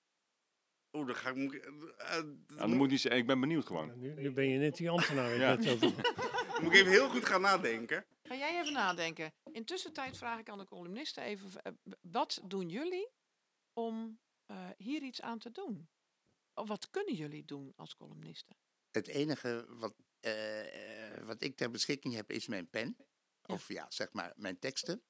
Oeh, dan ga ik... moet ik- eh, eh, dat Nou, dat moet- moet niet zeggen, ik ben benieuwd gewoon. Nu, nu ben je net die ambtenaar. waar je Ja. het net over- moet ik even heel goed gaan nadenken. Ga jij even nadenken. Intussen tijd vraag ik aan de columnisten even, eh, wat doen jullie om eh, hier iets aan te doen? Of wat kunnen jullie doen als columnisten? Het enige wat, eh, wat ik ter beschikking heb is mijn pen. Of ja, zeg maar mijn teksten.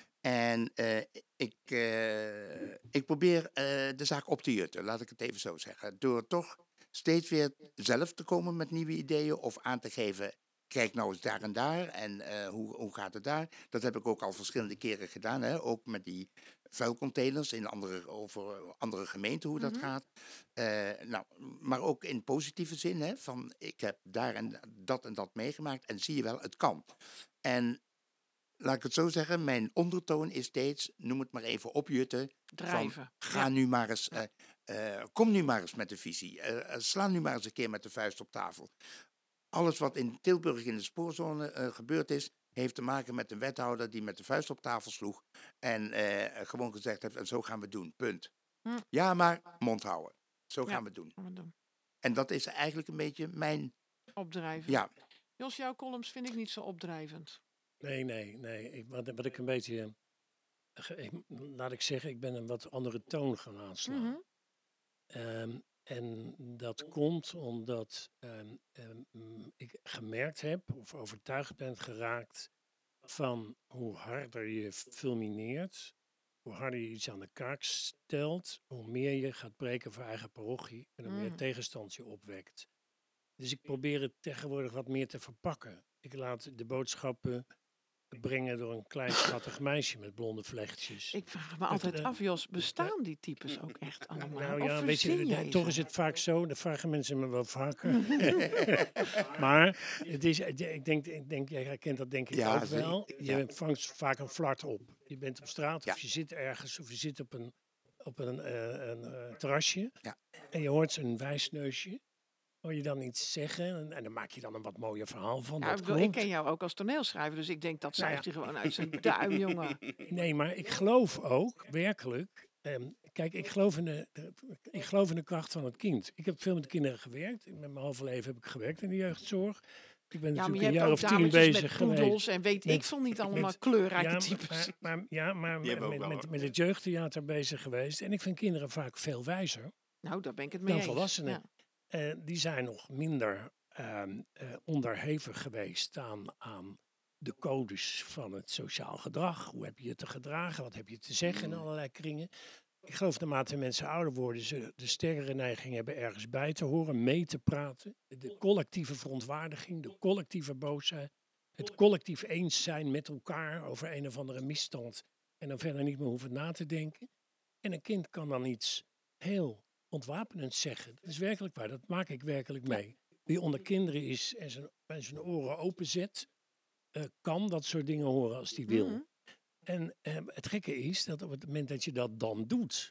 En eh, ik, eh, ik probeer eh, de zaak op te jutten, laat ik het even zo zeggen. Door toch steeds weer zelf te komen met nieuwe ideeën of aan te geven, kijk nou eens daar en daar en eh, hoe, hoe gaat het daar. Dat heb ik ook al verschillende keren gedaan, hè? Ook met die vuilcontainers in andere, over andere gemeenten, hoe dat Mhm. gaat. Eh, nou, maar ook in positieve zin, hè, van ik heb daar en dat en dat meegemaakt en zie je wel, het kan. En laat ik het zo zeggen, mijn ondertoon is steeds, noem het maar even opjutten. Drijven. Ga Ja. nu maar eens, eh, eh, kom nu maar eens met de visie. Eh, eh, sla nu maar eens een keer met de vuist op tafel. Alles wat in Tilburg in de spoorzone eh, gebeurd is, heeft te maken met een wethouder die met de vuist op tafel sloeg. En eh, gewoon gezegd heeft, en zo gaan we het doen, punt. Ja, maar mond houden. Zo gaan Ja. we het doen. Gaan we doen. En dat is eigenlijk een beetje mijn... Opdrijven. Ja, Jos, jouw columns vind ik niet zo opdrijvend. Nee, nee, nee. Ik, wat, wat ik een beetje... eh, ge- ik, laat ik zeggen, ik ben een wat andere toon gaan aanslaan. Mhm. Ehm, en dat komt omdat ehm, ehm, mm, ik gemerkt heb, of overtuigd ben geraakt, van hoe harder je fulmineert, hoe harder je iets aan de kaak stelt, hoe meer je gaat breken voor eigen parochie en hoe meer Mm. tegenstand je opwekt. Dus ik probeer het tegenwoordig wat meer te verpakken. Ik laat de boodschappen brengen door een klein schattig meisje met blonde vlechtjes. Ik vraag me altijd eh, af, Jos, bestaan die types ook echt allemaal? Nou Of ja, weet je, verzin de- jij toch ze? is het vaak zo, dat vragen mensen me wel vaker. Maar het is, ik denk, ik denk, jij herkent dat denk ik Ja, ook wel. zeker, Je ja. vangt vaak een flart op. Je bent op straat Ja. of je zit ergens of je zit op een, op een, eh, een eh, terrasje. Ja. En je hoort zo'n wijsneusje. Hoor je dan iets zeggen en, en dan maak je dan een wat mooier verhaal van. Ja, dat ik, bedoel, ik klopt. ken jou ook als toneelschrijver, dus ik denk dat Nou schrijft ja. hij gewoon uit zijn duim, jongen. Nee, maar ik geloof ook werkelijk. ehm, kijk, ik geloof, in de, de- ik geloof in de kracht van het kind. Ik heb veel met kinderen gewerkt. Met mijn halve leven heb ik gewerkt in de jeugdzorg. Ik ben Ja, maar natuurlijk je een hebt jaar ook of tien dametjes bezig met geweest. poedels en weet ik met- veel niet allemaal met- kleurrijke Ja, types. maar, maar, ja, maar Die hebben met, we ook wel, met, hoor. met het jeugdtheater bezig geweest. En ik vind kinderen vaak veel wijzer Nou, daar ben ik het mee dan eens. volwassenen. Ja. Eh, die zijn nog minder ehm, eh, onderhevig geweest aan, aan de codes van het sociaal gedrag. Hoe heb je je te gedragen? Wat heb je te zeggen in Mm. allerlei kringen? Ik geloof naarmate mensen ouder worden, ze de sterkere neiging hebben ergens bij te horen, mee te praten. De collectieve verontwaardiging, de collectieve boosheid. Het collectief eens zijn met elkaar over een of andere misstand. En dan verder niet meer hoeven na te denken. En een kind kan dan iets heel ontwapenend zeggen. Dat is werkelijk waar, dat maak ik werkelijk mee. Wie onder kinderen is en zijn, en zijn oren openzet, eh, kan dat soort dingen horen als hij wil. Mhm. En eh, het gekke is dat op het moment dat je dat dan doet,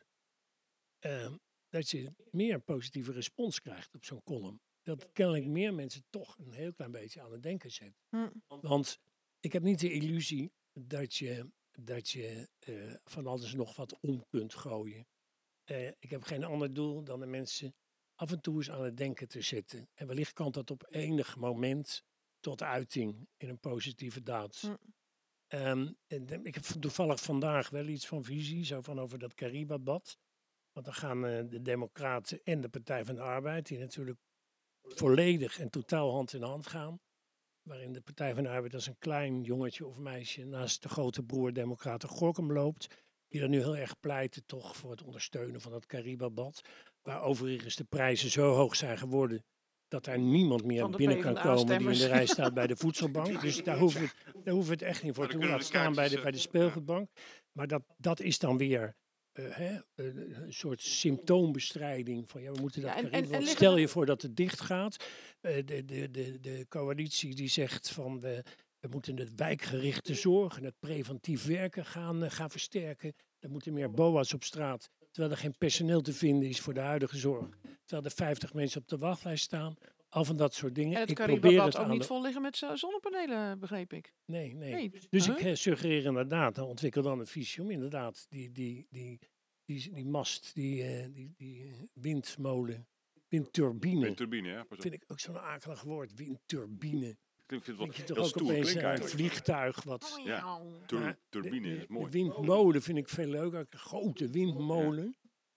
eh, dat je meer positieve respons krijgt op zo'n column. Dat kennelijk meer mensen toch een heel klein beetje aan het denken zet. Hm. Want ik heb niet de illusie dat je, dat je eh, van alles nog wat om kunt gooien. Eh, ik heb geen ander doel dan de mensen af en toe eens aan het denken te zetten. En wellicht kan dat op enig moment tot uiting in een positieve daad. Hm. Ehm, en de- ik heb toevallig vandaag wel iets van visie, zo van over dat Caribabad. Want dan gaan eh, de Democraten en de Partij van de Arbeid, die natuurlijk volledig en totaal hand in hand gaan. Waarin de Partij van de Arbeid als een klein jongetje of meisje naast de grote broer Democraten Gorkum loopt. Die er nu heel erg pleiten toch voor het ondersteunen van dat Caribabad. Waar overigens de prijzen zo hoog zijn geworden dat daar niemand meer Van de binnen kan komen die in de PvdA-stemmers. rij staat bij de voedselbank. Dus daar hoeven we, het- daar hoeven we het echt niet voor Maar te dan doen. kunnen Laat we de staan bij de, kaartjes, bij de eh, speelgoedbank. Maar dat, dat is dan weer eh, hè, eh, een soort symptoombestrijding. Van ja, we moeten dat Ja, en- en- Caribabad- en liggen Stel er- je voor dat het dicht gaat. Eh, de, de, de, de coalitie die zegt van we, we moeten het wijkgerichte zorg en het preventief werken gaan, eh, gaan versterken. Er moeten meer B O A's op straat. Terwijl er geen personeel te vinden is voor de huidige zorg. Terwijl er vijftig mensen op de wachtlijst staan. Al van dat soort dingen. En het ik probeer Caribabad het ook aan niet de... vol liggen met zo- zonnepanelen, begreep ik. Nee, nee. Nee. Dus Huh? ik eh, suggereer inderdaad, dan ontwikkel dan een visie om inderdaad die, die, die, die, die mast, die, eh, die, die eh, windmolen, windturbine. Een turbine, ja. Pas op. Vind ik ook zo'n akelig woord, windturbine. Ik vind het Denk je wel toch heel ook stoer opeens klinken aan een eigenlijk. vliegtuig wat... Ja. Tur- Maar turbine, de, dat is de- mooi. de windmolen vind ik veel leuker. Een grote windmolen.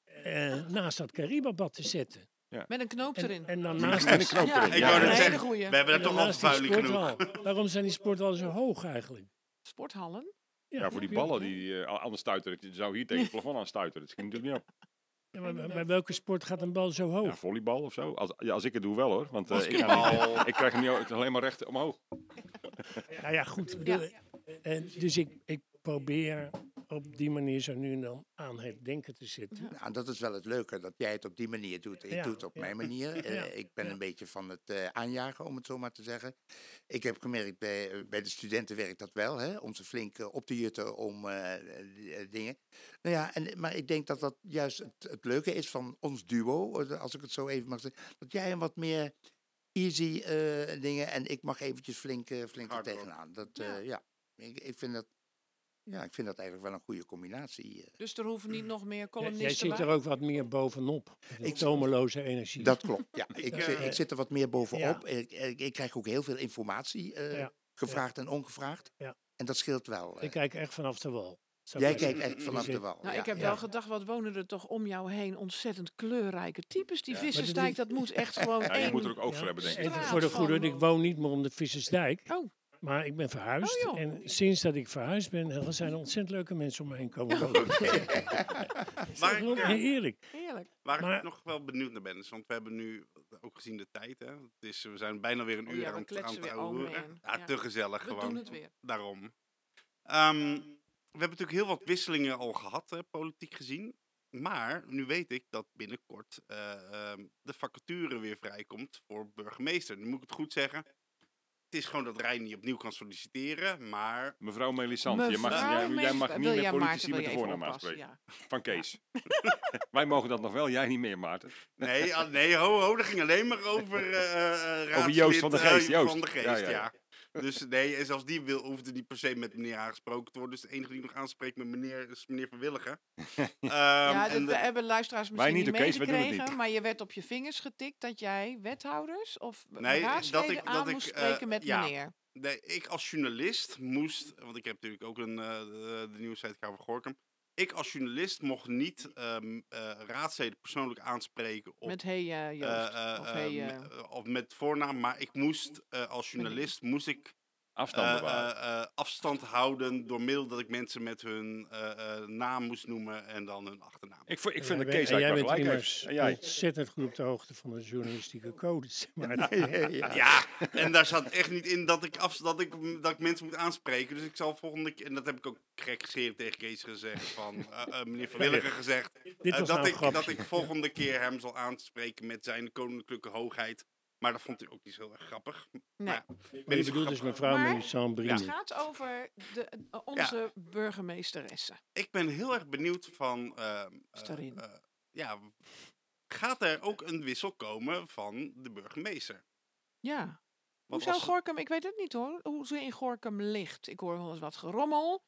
eh, naast dat Caribabad te zetten. Met een knoop En, erin. en dan En naast een die- knoop Ja, erin. Ik Ja, wou een net hele zeggen, goeie. we hebben en er dan toch al naast die vervuiling genoeg. sporthal. Waarom zijn die sporthallen zo hoog eigenlijk? Sporthallen? Ja, voor die heb je ook, ballen hè? die eh, anders stuiteren. Je zou hier tegen het plafond aan stuiteren. Dat schiet natuurlijk niet op. Ja, maar bij- bij welke sport gaat een bal zo hoog? Ja, volleybal of zo. Als, ja, als ik het doe wel hoor. Want eh, ik, Basketbal. ga niet- ik krijg hem niet, o- alleen maar recht omhoog. Nou ja, goed. bedoel, En dus ik, ik probeer op die manier zo nu en dan aan het denken te zitten. Nou, dat is wel het leuke, dat jij het op die manier doet. Ik Ja, doe het op ja. mijn manier. Eh, Ja, ik ben ja. een beetje van het eh, aanjagen, om het zo maar te zeggen. Ik heb gemerkt, bij, eh, bij de studenten werkt dat wel, hè, om ze flink eh, op te jutten om eh, die, eh, dingen. Nou ja, en, maar ik denk dat dat juist het, het leuke is van ons duo, eh, als ik het zo even mag zeggen. Dat jij een wat meer easy eh, dingen en ik mag eventjes flink, eh, flink er Hard hoor. tegenaan. Dat, eh, Ja. ja, ik, ik vind dat... ja, ik vind dat eigenlijk wel een goede combinatie. eh. Dus er hoeven niet nog meer Jij, columnisten jij zit bij? er ook wat meer bovenop. Ik- Ik tomeloze energie. Dat klopt, ja. Ik, Ja, zit- eh, ik zit er wat meer bovenop. ja. Ik, ik, ik krijg ook heel veel informatie, eh, Ja, gevraagd en ongevraagd. Ja. En dat scheelt wel. eh. ik kijk echt vanaf de wal. Zou Jij ik zeggen. kijkt echt vanaf zit- de wal. Nou, ja. ik heb ja. wel gedacht, wat wonen er toch om jou heen ontzettend kleurrijke types. Die Ja. Vissersdijk, dat moet echt gewoon Ja, je één... moet er ook oog Ja. voor hebben, denk ik. Even straat voor de van- goede, ik woon niet meer om de Vissersdijk. Oh. Maar ik ben verhuisd. Oh, joh. en sinds dat ik verhuisd ben, er zijn ontzettend leuke mensen om me heen komen wonen. Waar ik, eh, Heerlijk. Heerlijk. waar Maar- ik nog wel benieuwd naar ben, is, want we hebben nu ook gezien de tijd. Hè? Het is, we zijn bijna weer een Oh uur ja, we aan, het- aan kletsen het weer. Oh, ouwehoeren. man. Ja, Ja. te gezellig We gewoon. doen het weer. Daarom. Ehm, we hebben natuurlijk heel wat wisselingen al gehad, hè, politiek gezien. Maar nu weet ik dat binnenkort eh, ehm, de vacature weer vrijkomt voor burgemeester. Nu moet ik het goed zeggen. Het is gewoon dat Rij niet opnieuw kan solliciteren, maar... Mevrouw Melisande, je mag, Mevrouw jij, jij Melis- mag wil niet meer jij, politici Maarten, wil met de je even voornaam oppassen? aanspreken. Ja. Van Kees. Wij mogen dat nog wel, jij niet meer, Maarten. Nee, ah, nee ho, ho, dat ging alleen maar over eh eh, Over Joost van de raadslid, Geest, eh, Joost. Van de Geest, Ja, ja. ja, ja. Dus nee, en zelfs die wil, hoefde niet per se met meneer aangesproken te worden. Dus de enige die nog aanspreekt met meneer is meneer Van Willigen. Ehm, Ja, en dat de- hebben luisteraars misschien niet, niet oké, wij doen het meegekregen, niet. maar je werd op je vingers getikt dat jij wethouders of Nee, raadsleden dat ik- aan dat ik, moest eh, spreken met ja. meneer. Nee, ik als journalist moest, want ik heb natuurlijk ook een, eh, de, de nieuwsite van Gorkum. Ik als journalist mocht niet ehm eh, raadsleden persoonlijk aanspreken op, Met hey eh, Joost. eh, eh, of hey, eh, eh, me- eh, of met voornaam, maar ik moest eh, als journalist moest ik Afstand eh, bewaren. eh, eh, afstand houden door middel dat ik mensen met hun eh, eh, naam moest noemen en dan hun achternaam. ik, vo- ik En vind dat jij Kees bent- en jij eigenlijk wel bent gelijk immers heeft. En jij? ontzettend goed op de hoogte van de journalistieke codes. Maar ja. Ja, en daar zat echt niet in dat ik, af, dat ik, dat ik mensen moet aanspreken. Dus ik zal volgende keer, en dat heb ik ook gek geschreven tegen Kees gezegd, van eh, eh, meneer Van Willigen gezegd, dit eh, was dat, nou een ik, dat grapje. ik volgende keer hem zal aanspreken met zijn koninklijke hoogheid. Maar dat vond hij ook niet zo heel erg grappig. nee. Maar ja, Maar je niet zo bedoelt dus grappig. mevrouw Maar- Melisande Het Brien. gaat over de, eh, onze burgemeesteressen. Ik ben heel erg benieuwd van, ehm, eh, Starin. eh, ja, gaat er ook een wissel komen van de burgemeester? Ja. Hoe Want zou als- Gorkum, ik weet het niet hoor, hoe ze in Gorkum ligt. Ik hoor wel eens wat gerommel.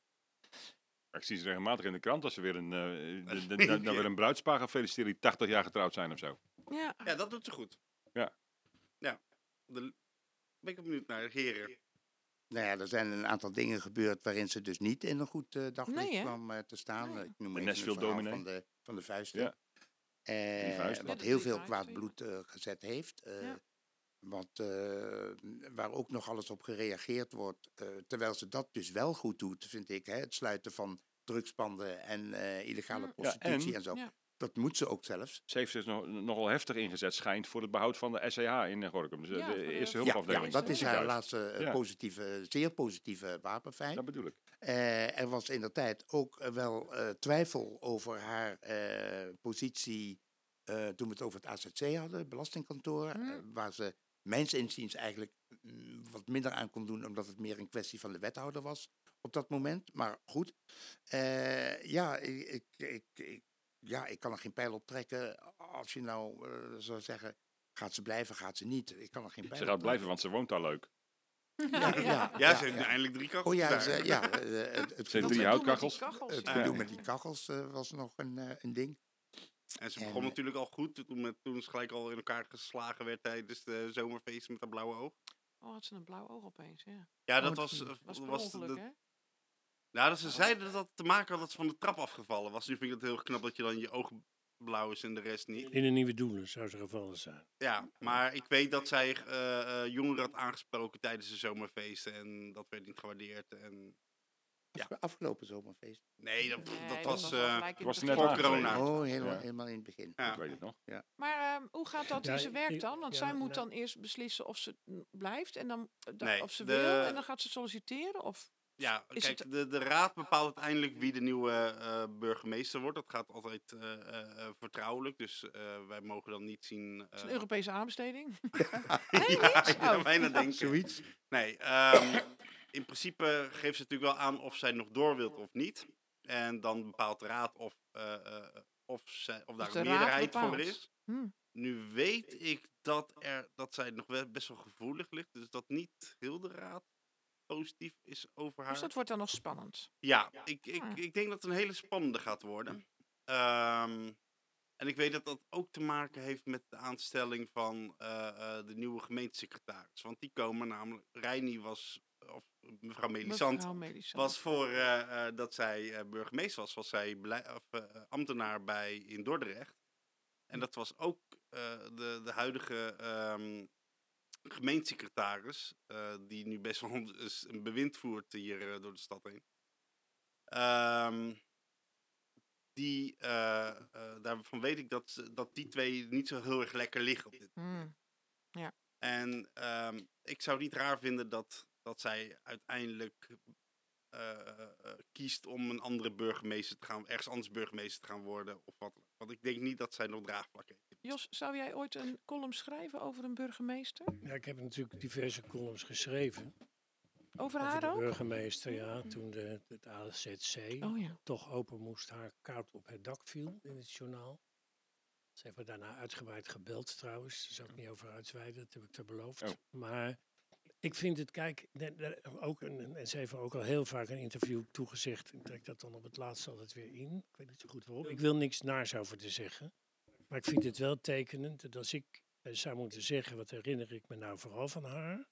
Ik zie ze regelmatig in de krant als ze weer een, eh, de, de, de- nou weer een bruidspaar gaan feliciteren die tachtig jaar getrouwd zijn of zo. Ja. Ja, dat doet ze goed. Ja. Ja. De, ben ik ook benieuwd naar, heren. Nou ja, er zijn een aantal dingen gebeurd waarin ze dus niet in een goed eh, daglicht Nee, hè? kwam eh, te staan. Nee. Ik noem De even Nashville het verhaal dominee. van de, van de vuisten. Ja. Eh, Die vuisten. wat Ja, de heel drie veel vuisten, kwaad ja. bloed eh, gezet heeft. eh, Ja. Wat, eh, waar ook nog alles op gereageerd wordt. eh, terwijl ze dat dus wel goed doet, vind ik. Hè, het sluiten van drugspanden en eh, illegale Ja. prostitutie en- en zo. Ja. Dat moet ze ook zelfs. Ze heeft zich nog, nogal heftig ingezet, schijnt, voor het behoud van de S E H in eh, Gorkum. Dus eh, Ja, de voor de- eerste Ja, hulpafdeling. ja, dat is haar Ziekenhuis. laatste eh, Ja. positieve, zeer positieve wapenfeit. Dat bedoel ik. Eh, er was in de tijd ook eh, wel eh, twijfel over haar eh, positie eh, toen we het over het A Z C hadden, het belastingkantoor, eh, Hmm. waar ze mijns inziens eigenlijk mm, wat minder aan kon doen, omdat het meer een kwestie van de wethouder was op dat moment. Maar goed, eh, ja, ik, ik, ik, ik- ja, ik kan er geen pijl op trekken. Als je nou eh, zou zeggen, gaat ze blijven, gaat ze niet. Ik kan er geen pijl Ze op gaat blijven, trekken. want ze woont daar leuk. Ja, ja, Ja, ze heeft nu eindelijk drie kachels Oh ja, daar. ze, ja eh, het, het, Ze heeft gedoe drie Dat met- we houtkachels. doen met die kachels, het ja. gedoe met die kachels eh, was nog een, eh, een ding. En ze En, begon eh, natuurlijk al goed toen, met, toen ze gelijk al in elkaar geslagen werd tijdens de zomerfeest met dat blauwe oog. Oh, had ze een blauw oog opeens, ja. Ja, Oh, dat dat was... is- eh, Was per was ongeluk, de- hè? Nou, dat ze zeiden dat dat te maken had dat ze van de trap afgevallen was. Nu vind ik het heel erg knap dat je dan je oog blauw is en de rest niet. In een nieuwe doelen zou ze gevallen zijn. Ja, maar ik weet dat zij eh, eh, jongeren had aangesproken tijdens de zomerfeesten en dat werd niet gewaardeerd. En... Ja. Afge- Afgelopen zomerfeest. Nee, dat, Nee, dat was... al eh, gelijk in was het net begin. voor aangetreden. corona. Oh, helemaal, Ja. helemaal in het begin. ja. Ik weet het nog. Maar ehm, hoe gaat dat Ja, in zijn werk ik- dan? Want ja, zij moet nou- dan eerst beslissen of ze mm, blijft en dan eh, da- Nee, of ze de- wil en dan gaat ze solliciteren? Of Ja, Is kijk, het- de, de raad bepaalt uiteindelijk wie de nieuwe eh, burgemeester wordt. Dat gaat altijd eh, eh, eh, vertrouwelijk, dus eh, wij mogen dan niet zien... is het eh, een Europese aanbesteding? ja, niks? ik zou Oh. bijna denken. Zoiets. Nee, ehm, in principe geeft ze natuurlijk wel aan of zij nog door wilt of niet. En dan bepaalt de raad of, eh, eh, of, zij, of daar Dus de een raad meerderheid voor bepaalt. is. Hm. Nu weet ik dat, er, dat zij nog wel best wel gevoelig ligt, dus dat niet heel de raad positief is over haar. Dus dat wordt dan nog spannend. Ja, ik, ik, Ah. ik denk dat het een hele spannende gaat worden. Ehm, en ik weet dat dat ook te maken heeft met de aanstelling van eh, eh, de nieuwe gemeentesecretaris. Want die komen namelijk, Reini was, of mevrouw Melisant, Mevrouw Melisant. was voor eh, eh, dat zij eh, burgemeester was, was zij belei- of, eh, ambtenaar bij in Dordrecht. En dat was ook eh, de, de huidige ehm, gemeentesecretaris, eh, die nu best wel een, een bewind voert hier eh, door de stad heen. Ehm, die, eh, eh, daarvan weet ik dat, ze- dat die twee niet zo heel erg lekker liggen op dit. Hmm. En ehm, ik zou het niet raar vinden dat, dat zij uiteindelijk eh, eh, kiest om een andere burgemeester te gaan, ergens anders burgemeester te gaan worden of wat. dan ook. Want ik denk niet dat zij nog draagvlak heeft. Jos, zou jij ooit een column schrijven over een burgemeester? Ja, ik heb natuurlijk diverse columns geschreven. Over Over haar de ook? burgemeester, ja. Toen de, het A Z C Oh ja. toch open moest, haar koud op het dak viel in het journaal. Ze hebben daarna uitgebreid gebeld trouwens. Daar zou ik niet over uitweiden, dat heb ik te beloofd. Oh. Maar ik vind het, kijk, ne- ne- ook een, en ze heeft ook al heel vaak een interview toegezegd. Ik trek dat dan op het laatst altijd weer in. Ik weet niet zo goed waarom. Ik wil niks naars over te zeggen. Maar ik vind het wel tekenend dat als ik eh, zou moeten zeggen, wat herinner ik me nou vooral van haar.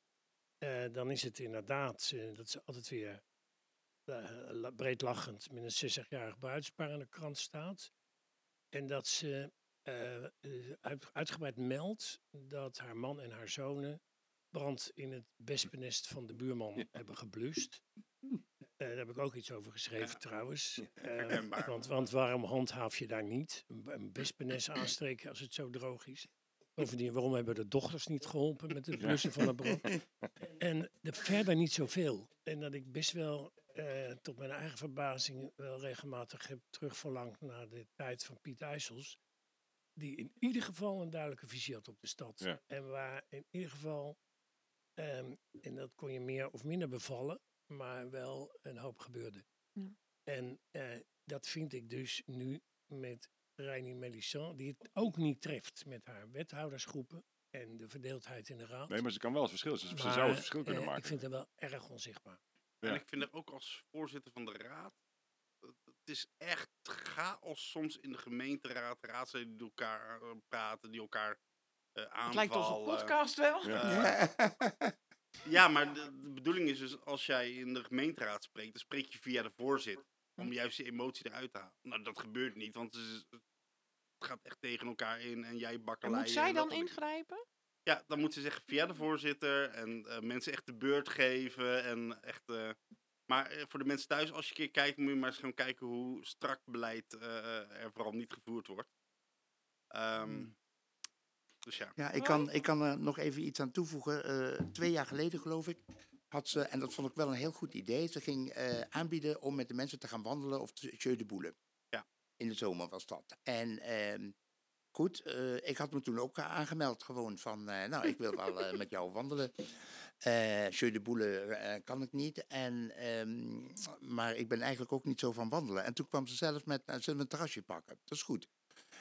eh, dan is het inderdaad eh, dat ze altijd weer eh, la- breed lachend met een zestigjarig bruidspaar aan de krant staat. En dat ze eh, eh, uit, uitgebreid meldt dat haar man en haar zonen brand in het wespennest van de buurman hebben geblust. Eh, daar heb ik ook iets over geschreven Ja. trouwens. Eh, Herkenbaar. want, want waarom handhaaf je daar niet? Een, een wespennest aansteken als het zo droog is. Bovendien, waarom hebben de dochters niet geholpen met het Ja. blussen van de brand? En de, verder niet zoveel. En dat ik best wel, eh, tot mijn eigen verbazing, wel regelmatig heb terugverlangd naar de tijd van Piet IJssels. Die in ieder geval een duidelijke visie had op de stad. Ja. En waar in ieder geval, ehm, en dat kon je meer of minder bevallen, maar wel een hoop gebeurde. Ja. En eh, dat vind ik dus nu met Reini Melisant, die het ook niet treft met haar wethoudersgroepen en de verdeeldheid in de raad. Nee, maar ze kan wel het verschil. Ze, ze Maar, zou het verschil kunnen eh, maken. Ik vind het wel erg onzichtbaar. Ja. En ik vind er ook als voorzitter van de raad, het het is echt chaos soms in de gemeenteraad, raadsleden die elkaar eh, praten, die elkaar eh aanvallen. Het lijkt ons een podcast wel. Ja. Eh, ja, maar de, de bedoeling is dus, als jij in de gemeenteraad spreekt, dan spreek je via de voorzitter. Om juist die emotie eruit te halen. Nou, dat gebeurt niet, want het, is- het gaat echt tegen elkaar in en jij En bakkeleien. moet zij en dan dat- ingrijpen? Ja, dan moet ze zeggen via de voorzitter en eh, mensen echt de beurt geven. En echt, eh, maar eh, voor de mensen thuis, als je een keer kijkt, moet je maar eens gewoon kijken hoe strak beleid eh, er vooral niet gevoerd wordt. Ehm, Hmm. Dus ja. Ja, ik kan, ik kan er nog even iets aan toevoegen. Eh, twee jaar geleden, geloof ik, had ze, en dat vond ik wel een heel goed idee, ze ging eh, aanbieden om met de mensen te gaan wandelen of te Jeu de Boule. Ja. In de zomer was dat. En ehm, goed, eh, ik had me toen ook aangemeld gewoon van, eh, nou, ik wil wel eh, met jou wandelen. Eh Jeu de Boule eh, kan ik niet, en, ehm, maar ik ben eigenlijk ook niet zo van wandelen. En toen kwam ze zelf met, nou, zullen we een terrasje pakken? Dat is goed.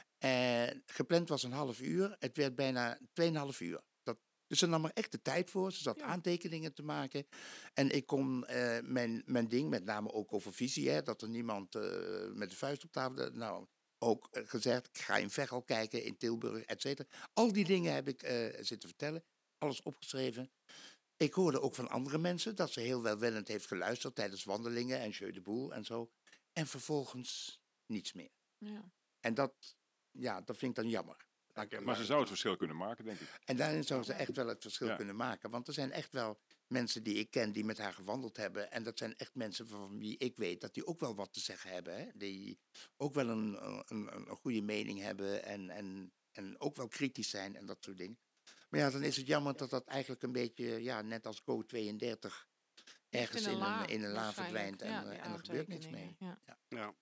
En gepland was een half uur. Het werd bijna tweeënhalf uur. Dat, dus ze nam er echt de tijd voor. Ze zat Ja. aantekeningen te maken. En ik kon eh, mijn, mijn ding, met name ook over visie, hè, dat er niemand eh, met de vuist op tafel... Nou, ook eh, gezegd, ik ga in Veghel kijken, in Tilburg, et cetera. Al die dingen heb ik eh, zitten vertellen. Alles opgeschreven. Ik hoorde ook van andere mensen dat ze heel welwillend heeft geluisterd tijdens wandelingen en Jeu de Boel en zo. En vervolgens niets meer. Ja. En dat, ja, dat vind ik dan jammer. Laat ik- Maar ze zou het verschil kunnen maken, denk ik. En daarin zou ze echt wel het verschil Ja. kunnen maken. Want er zijn echt wel mensen die ik ken die met haar gewandeld hebben. En dat zijn echt mensen van wie ik weet dat die ook wel wat te zeggen hebben. Hè? Die ook wel een, een, een, een goede mening hebben en, en, en ook wel kritisch zijn en dat soort dingen. Maar ja, dan is het jammer dat dat eigenlijk een beetje, ja, net als Co tweeëndertig, ergens in een, in een la waarschijnlijk. verdwijnt en, Ja, eh, die en er gebeurt niks aantekeningen, mee. Ja. Ja.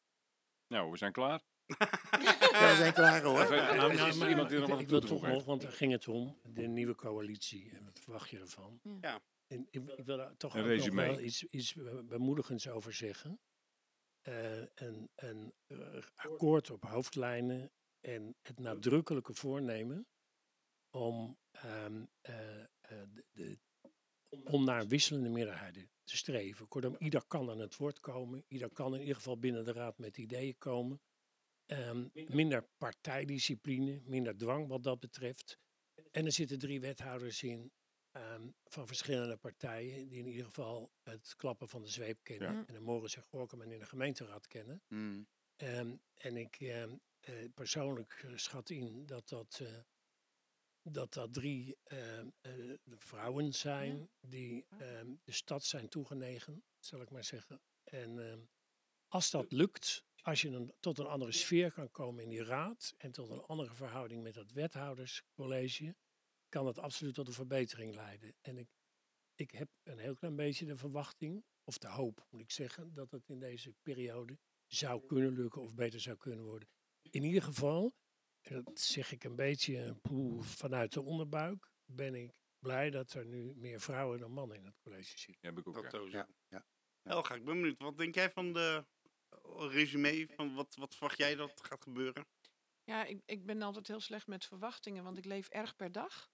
Nou, we zijn klaar. Ja, we zijn klaar hoor. Even- Nou, is nou, er maar iemand die er ik, nog wat ik aan wil toe te toch voegen nog, want daar ging het om, de nieuwe coalitie. En wat verwacht je ervan? Ja. En ik, ik wil daar toch Een ook nog resume. wel iets, iets be- bemoedigends over zeggen. Eh, een een eh, akkoord op hoofdlijnen en het nadrukkelijke voornemen om, ehm, eh, eh, de, de om naar wisselende meerderheden te streven. Kortom, ieder kan aan het woord komen. Ieder kan in ieder geval binnen de raad met ideeën komen. Um, minder partijdiscipline, minder dwang wat dat betreft. En er zitten drie wethouders in um, van verschillende partijen die in ieder geval het klappen van de zweep kennen. Ja. En de Morris en Gorkum in de gemeenteraad kennen. Mm. Um, en ik um, uh, persoonlijk uh, schat in dat dat, uh, dat, dat drie uh, uh, vrouwen zijn Ja. die um, de stad zijn toegenegen, zal ik maar zeggen. En um, als dat lukt, als je een, tot een andere sfeer kan komen in die raad en tot een andere verhouding met dat wethouderscollege, kan dat absoluut tot een verbetering leiden. En ik, ik heb een heel klein beetje de verwachting, of de hoop moet ik zeggen, dat het in deze periode zou kunnen lukken of beter zou kunnen worden. In ieder geval, en dat zeg ik een beetje poeh, vanuit de onderbuik, ben ik blij dat er nu meer vrouwen dan mannen in het college zitten. Ja, heb ik ook. Dat Ja. sowieso. Ja, ja. Elga, ik ben benieuwd. Wat denk jij van de uh, resume? Van wat, wat verwacht jij dat gaat gebeuren? Ja, ik, ik ben altijd heel slecht met verwachtingen, want ik leef erg per dag.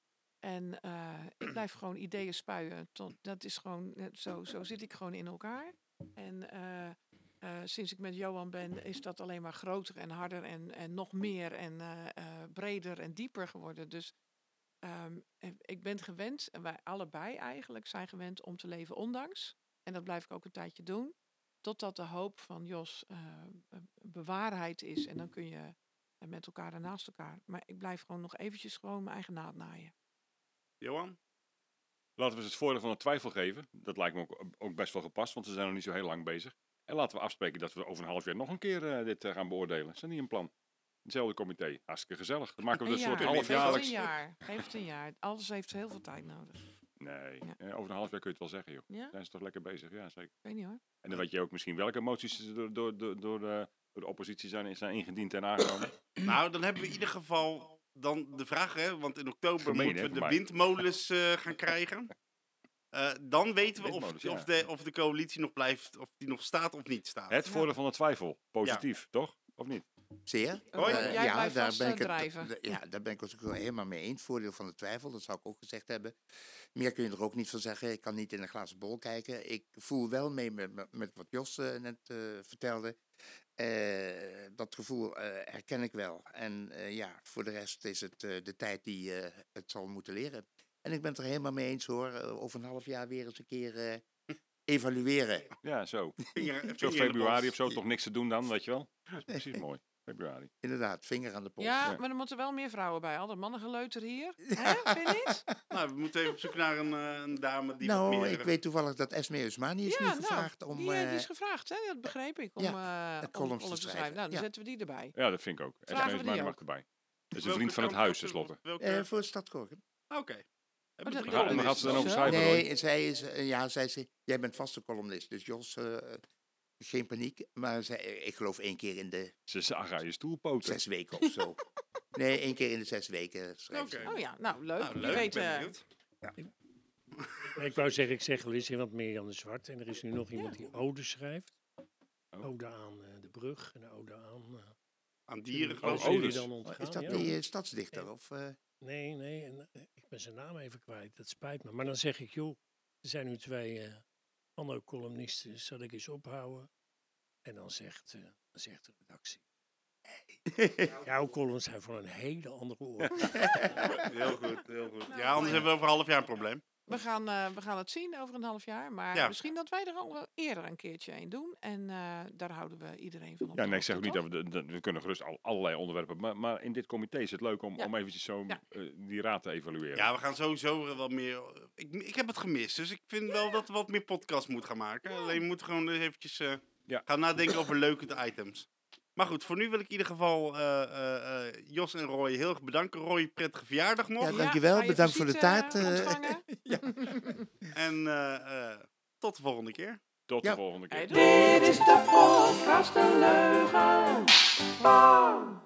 En uh, ik blijf gewoon ideeën spuien. Tot, dat is gewoon, eh, zo, zo zit ik gewoon in elkaar. En uh, uh, sinds ik met Johan ben, is dat alleen maar groter en harder en, en nog meer en uh, uh, breder en dieper geworden. Dus um, ik ben gewend, en wij allebei eigenlijk zijn gewend om te leven ondanks. En dat blijf ik ook een tijdje doen. Totdat de hoop van Jos uh, bewaarheid is. En dan kun je uh, met elkaar en naast elkaar. Maar ik blijf gewoon nog eventjes gewoon mijn eigen naad naaien. Johan? Laten we ze het voordeel van de twijfel geven. Dat lijkt me ook, ook best wel gepast, want we zijn nog niet zo heel lang bezig. En laten we afspreken dat we over een half jaar nog een keer uh, dit uh, gaan beoordelen. Is dat niet een plan? Hetzelfde comité. Hartstikke gezellig. Dan maken we Een er een soort jaar. Geef het halfjaarlijks... een jaar. Geef het een jaar. Alles heeft heel veel tijd nodig. Nee, Ja. eh, over een half jaar kun je het wel zeggen, joh. Ja? Zijn ze toch lekker bezig? Ja, zeker. Ik weet niet hoor. En dan weet je ook misschien welke moties er door, door, door, door, de, door de oppositie zijn, zijn ingediend en aangenomen. Nou, dan hebben we in ieder geval dan de vraag, hè, want in oktober Gemeen, moeten hè, we voor de mij. windmolens uh, gaan krijgen. Uh, dan weten we of, Windmolens, ja. of, de, of de coalitie nog blijft, of die nog staat of niet staat. Het Ja. voordeel van de twijfel. Positief, toch? Of niet? Zeer. Oh, Eh, jij blijft vast, ben eh, ik het, drijven. d- ja, daar ben ik het ook wel helemaal mee eens. Voordeel van de twijfel, dat zou ik ook gezegd hebben. Meer kun je er ook niet van zeggen. Ik kan niet in een glazen bol kijken. Ik voel wel mee met, met, met wat Jos uh, net uh, vertelde. Uh, dat gevoel uh, herken ik wel. En uh, ja, voor de rest is het uh, de tijd die uh, het zal moeten leren. En ik ben het er helemaal mee eens hoor. Uh, over een half jaar weer eens een keer uh, evalueren. Ja, zo. Vinger, vinger Zo in de februari pols. of zo, toch niks te doen dan, weet je wel? Dat is precies mooi. Februari. Inderdaad, vinger aan de pols. Ja, Ja. maar er moeten wel meer vrouwen bij. Al dat mannengeleuter hier. Hè, vind je niet? Nou, we moeten even op zoek naar een, uh, een dame die nou, wat meer... ik weet toevallig dat Esme Usmani is Ja, nu nou, gevraagd om... Die, uh, die uh, is gevraagd, hè? Dat begreep ik. Om, ja, uh, de om columns te columns te schrijven. schrijven. Nou, dan Ja. zetten we die erbij. Ja, dat vind ik ook. Vragen Esme we die Usmani mag ook? erbij. Dat is een Welke vriend van het kant huis, gaat ze- tenslotte. welke- uh, voor Stad Gorkum. Oké. Hebben we dat- drie Ja, En dan gaat ze dan over Zo. schrijven, Roy. Nee, zij is, uh, ja, zij is, jij bent vaste columnist, dus Jos, uh, geen paniek. Maar zij, ik geloof één keer in de Ze zagen je stoelpoten. zes weken of zo. Nee, één keer in de zes weken schrijft ze. Oké. Oh ja, nou leuk. Nou, Je leuk, ik weet, ben uh, benieuwd. Ik wou zeggen, ik zeg wel eens wat Mirjam de Zwart. En er is nu nog iemand die ode schrijft. Oh. Ode aan uh, de brug en ode aan... Uh, Aan dieren Als geloof oh, ik. jullie dus. dan Oh, ontgaan, is dat ja. die uh, stadsdichter? Of, uh, Nee, nee, en, uh, ik ben zijn naam even kwijt. Dat spijt me. Maar dan zeg ik, joh, er zijn nu twee uh, andere columnisten. Zal ik eens ophouden? En dan zegt, uh, dan zegt de redactie. Nee, jouw columns zijn van een hele andere orde. Heel goed, heel goed. Nou, Ja, anders ja. hebben we over een half jaar een probleem. we, gaan, uh, we gaan het zien over een half jaar. Maar Ja. misschien dat wij er al wel eerder een keertje een doen. En uh, daar houden we iedereen van op Ja, de nee, ik zeg ook niet hoogte, dat we... De, de- we kunnen gerust al, allerlei onderwerpen... Maar, maar in dit comité is het leuk om, Ja. om eventjes zo Ja. uh, die raad te evalueren. Ja, we gaan sowieso wel meer... Ik, ik heb het gemist, dus ik vind wel dat we wat meer podcast moeten gaan maken. Alleen we moeten gewoon eens eventjes uh, Ja. gaan nadenken over leuke items. Maar goed, voor nu wil ik in ieder geval uh, uh, uh, Jos en Roy heel erg bedanken. Roy, prettige verjaardag nog. Ja, toch? dankjewel. ga je Bedankt voor de visite, taart, uh, uh, ontvangen? En uh, uh, tot de volgende keer. Tot Ja. de volgende keer. Hey, doei. Dit is de podcast een leugen. Bang.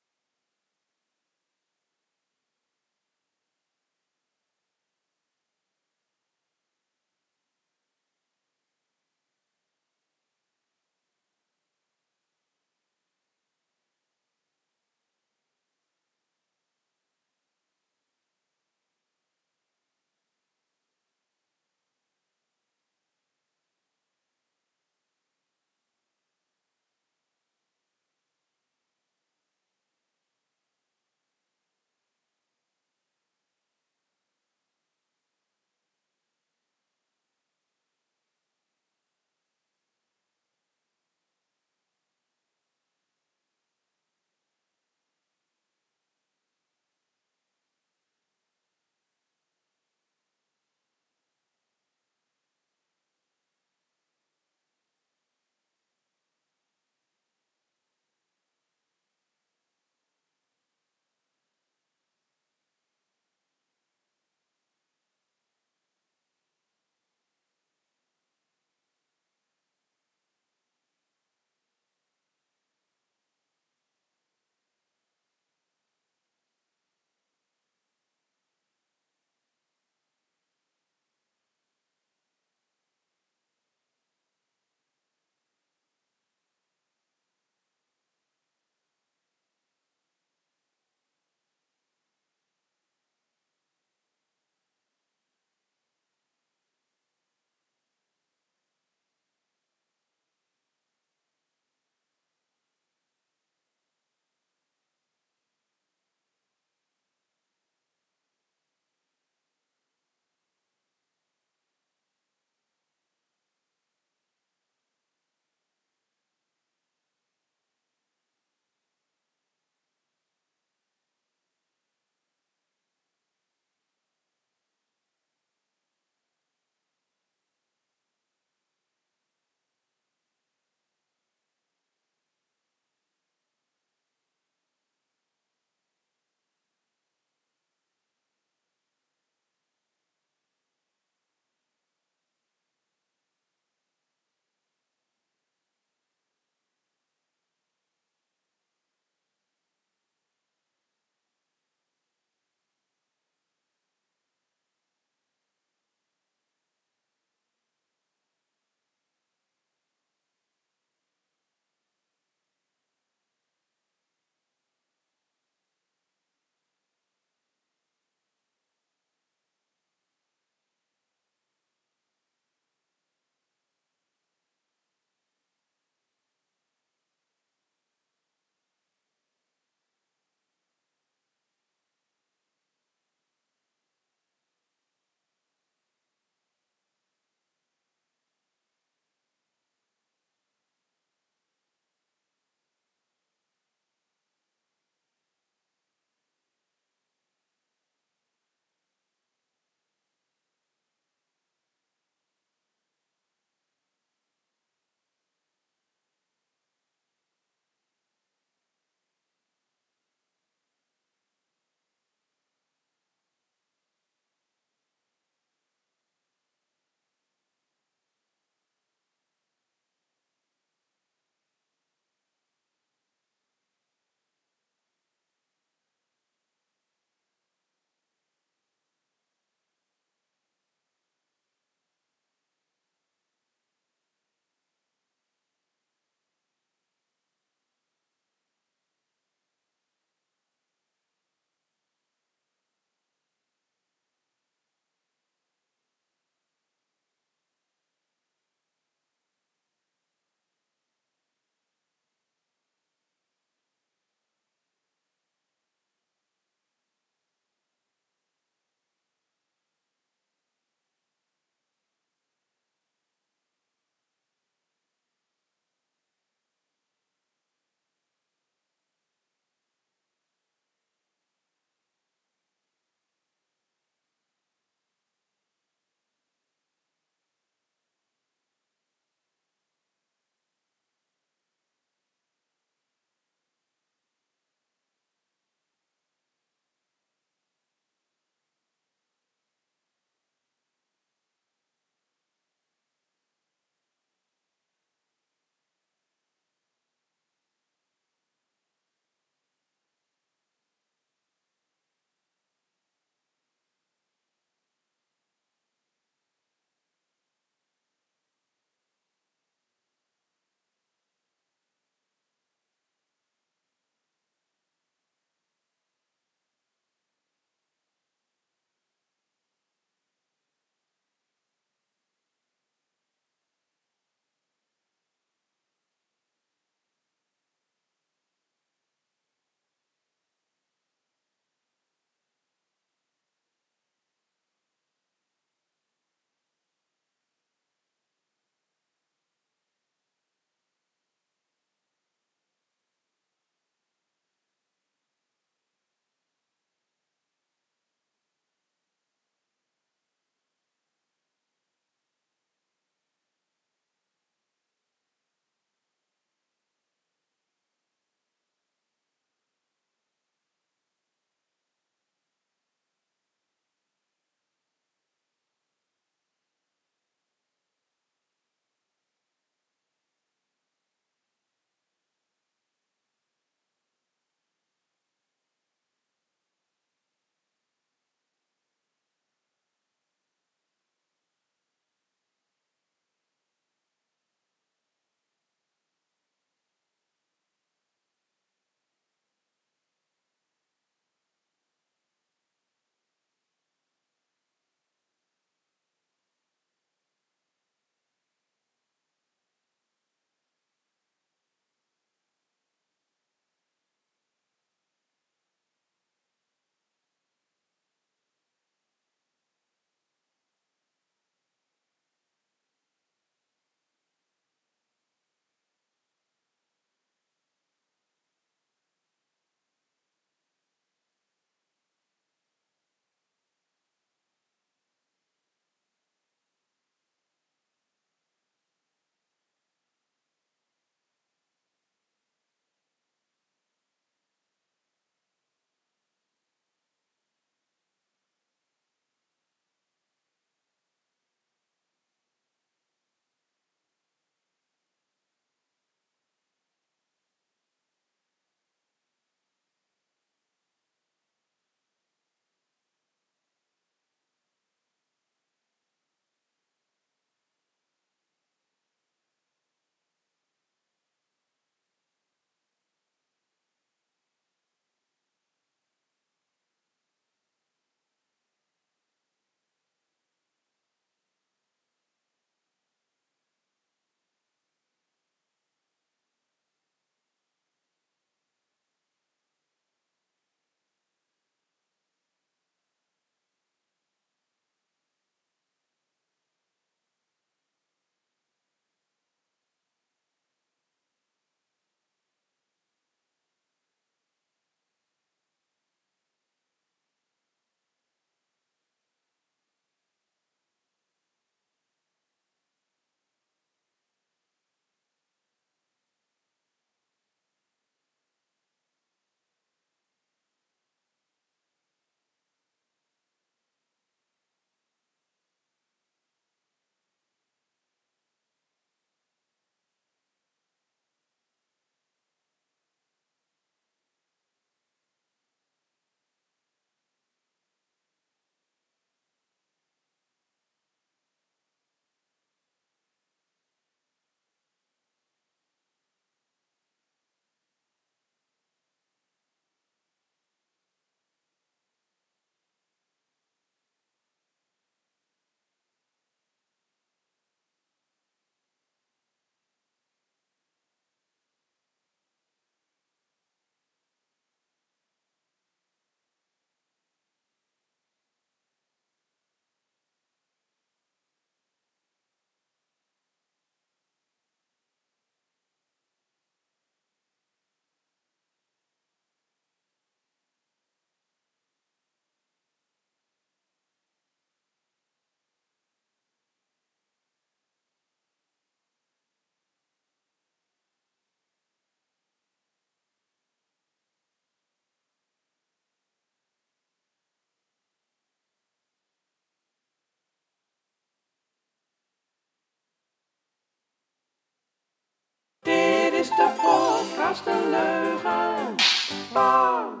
is de podcast een leugen. Wow.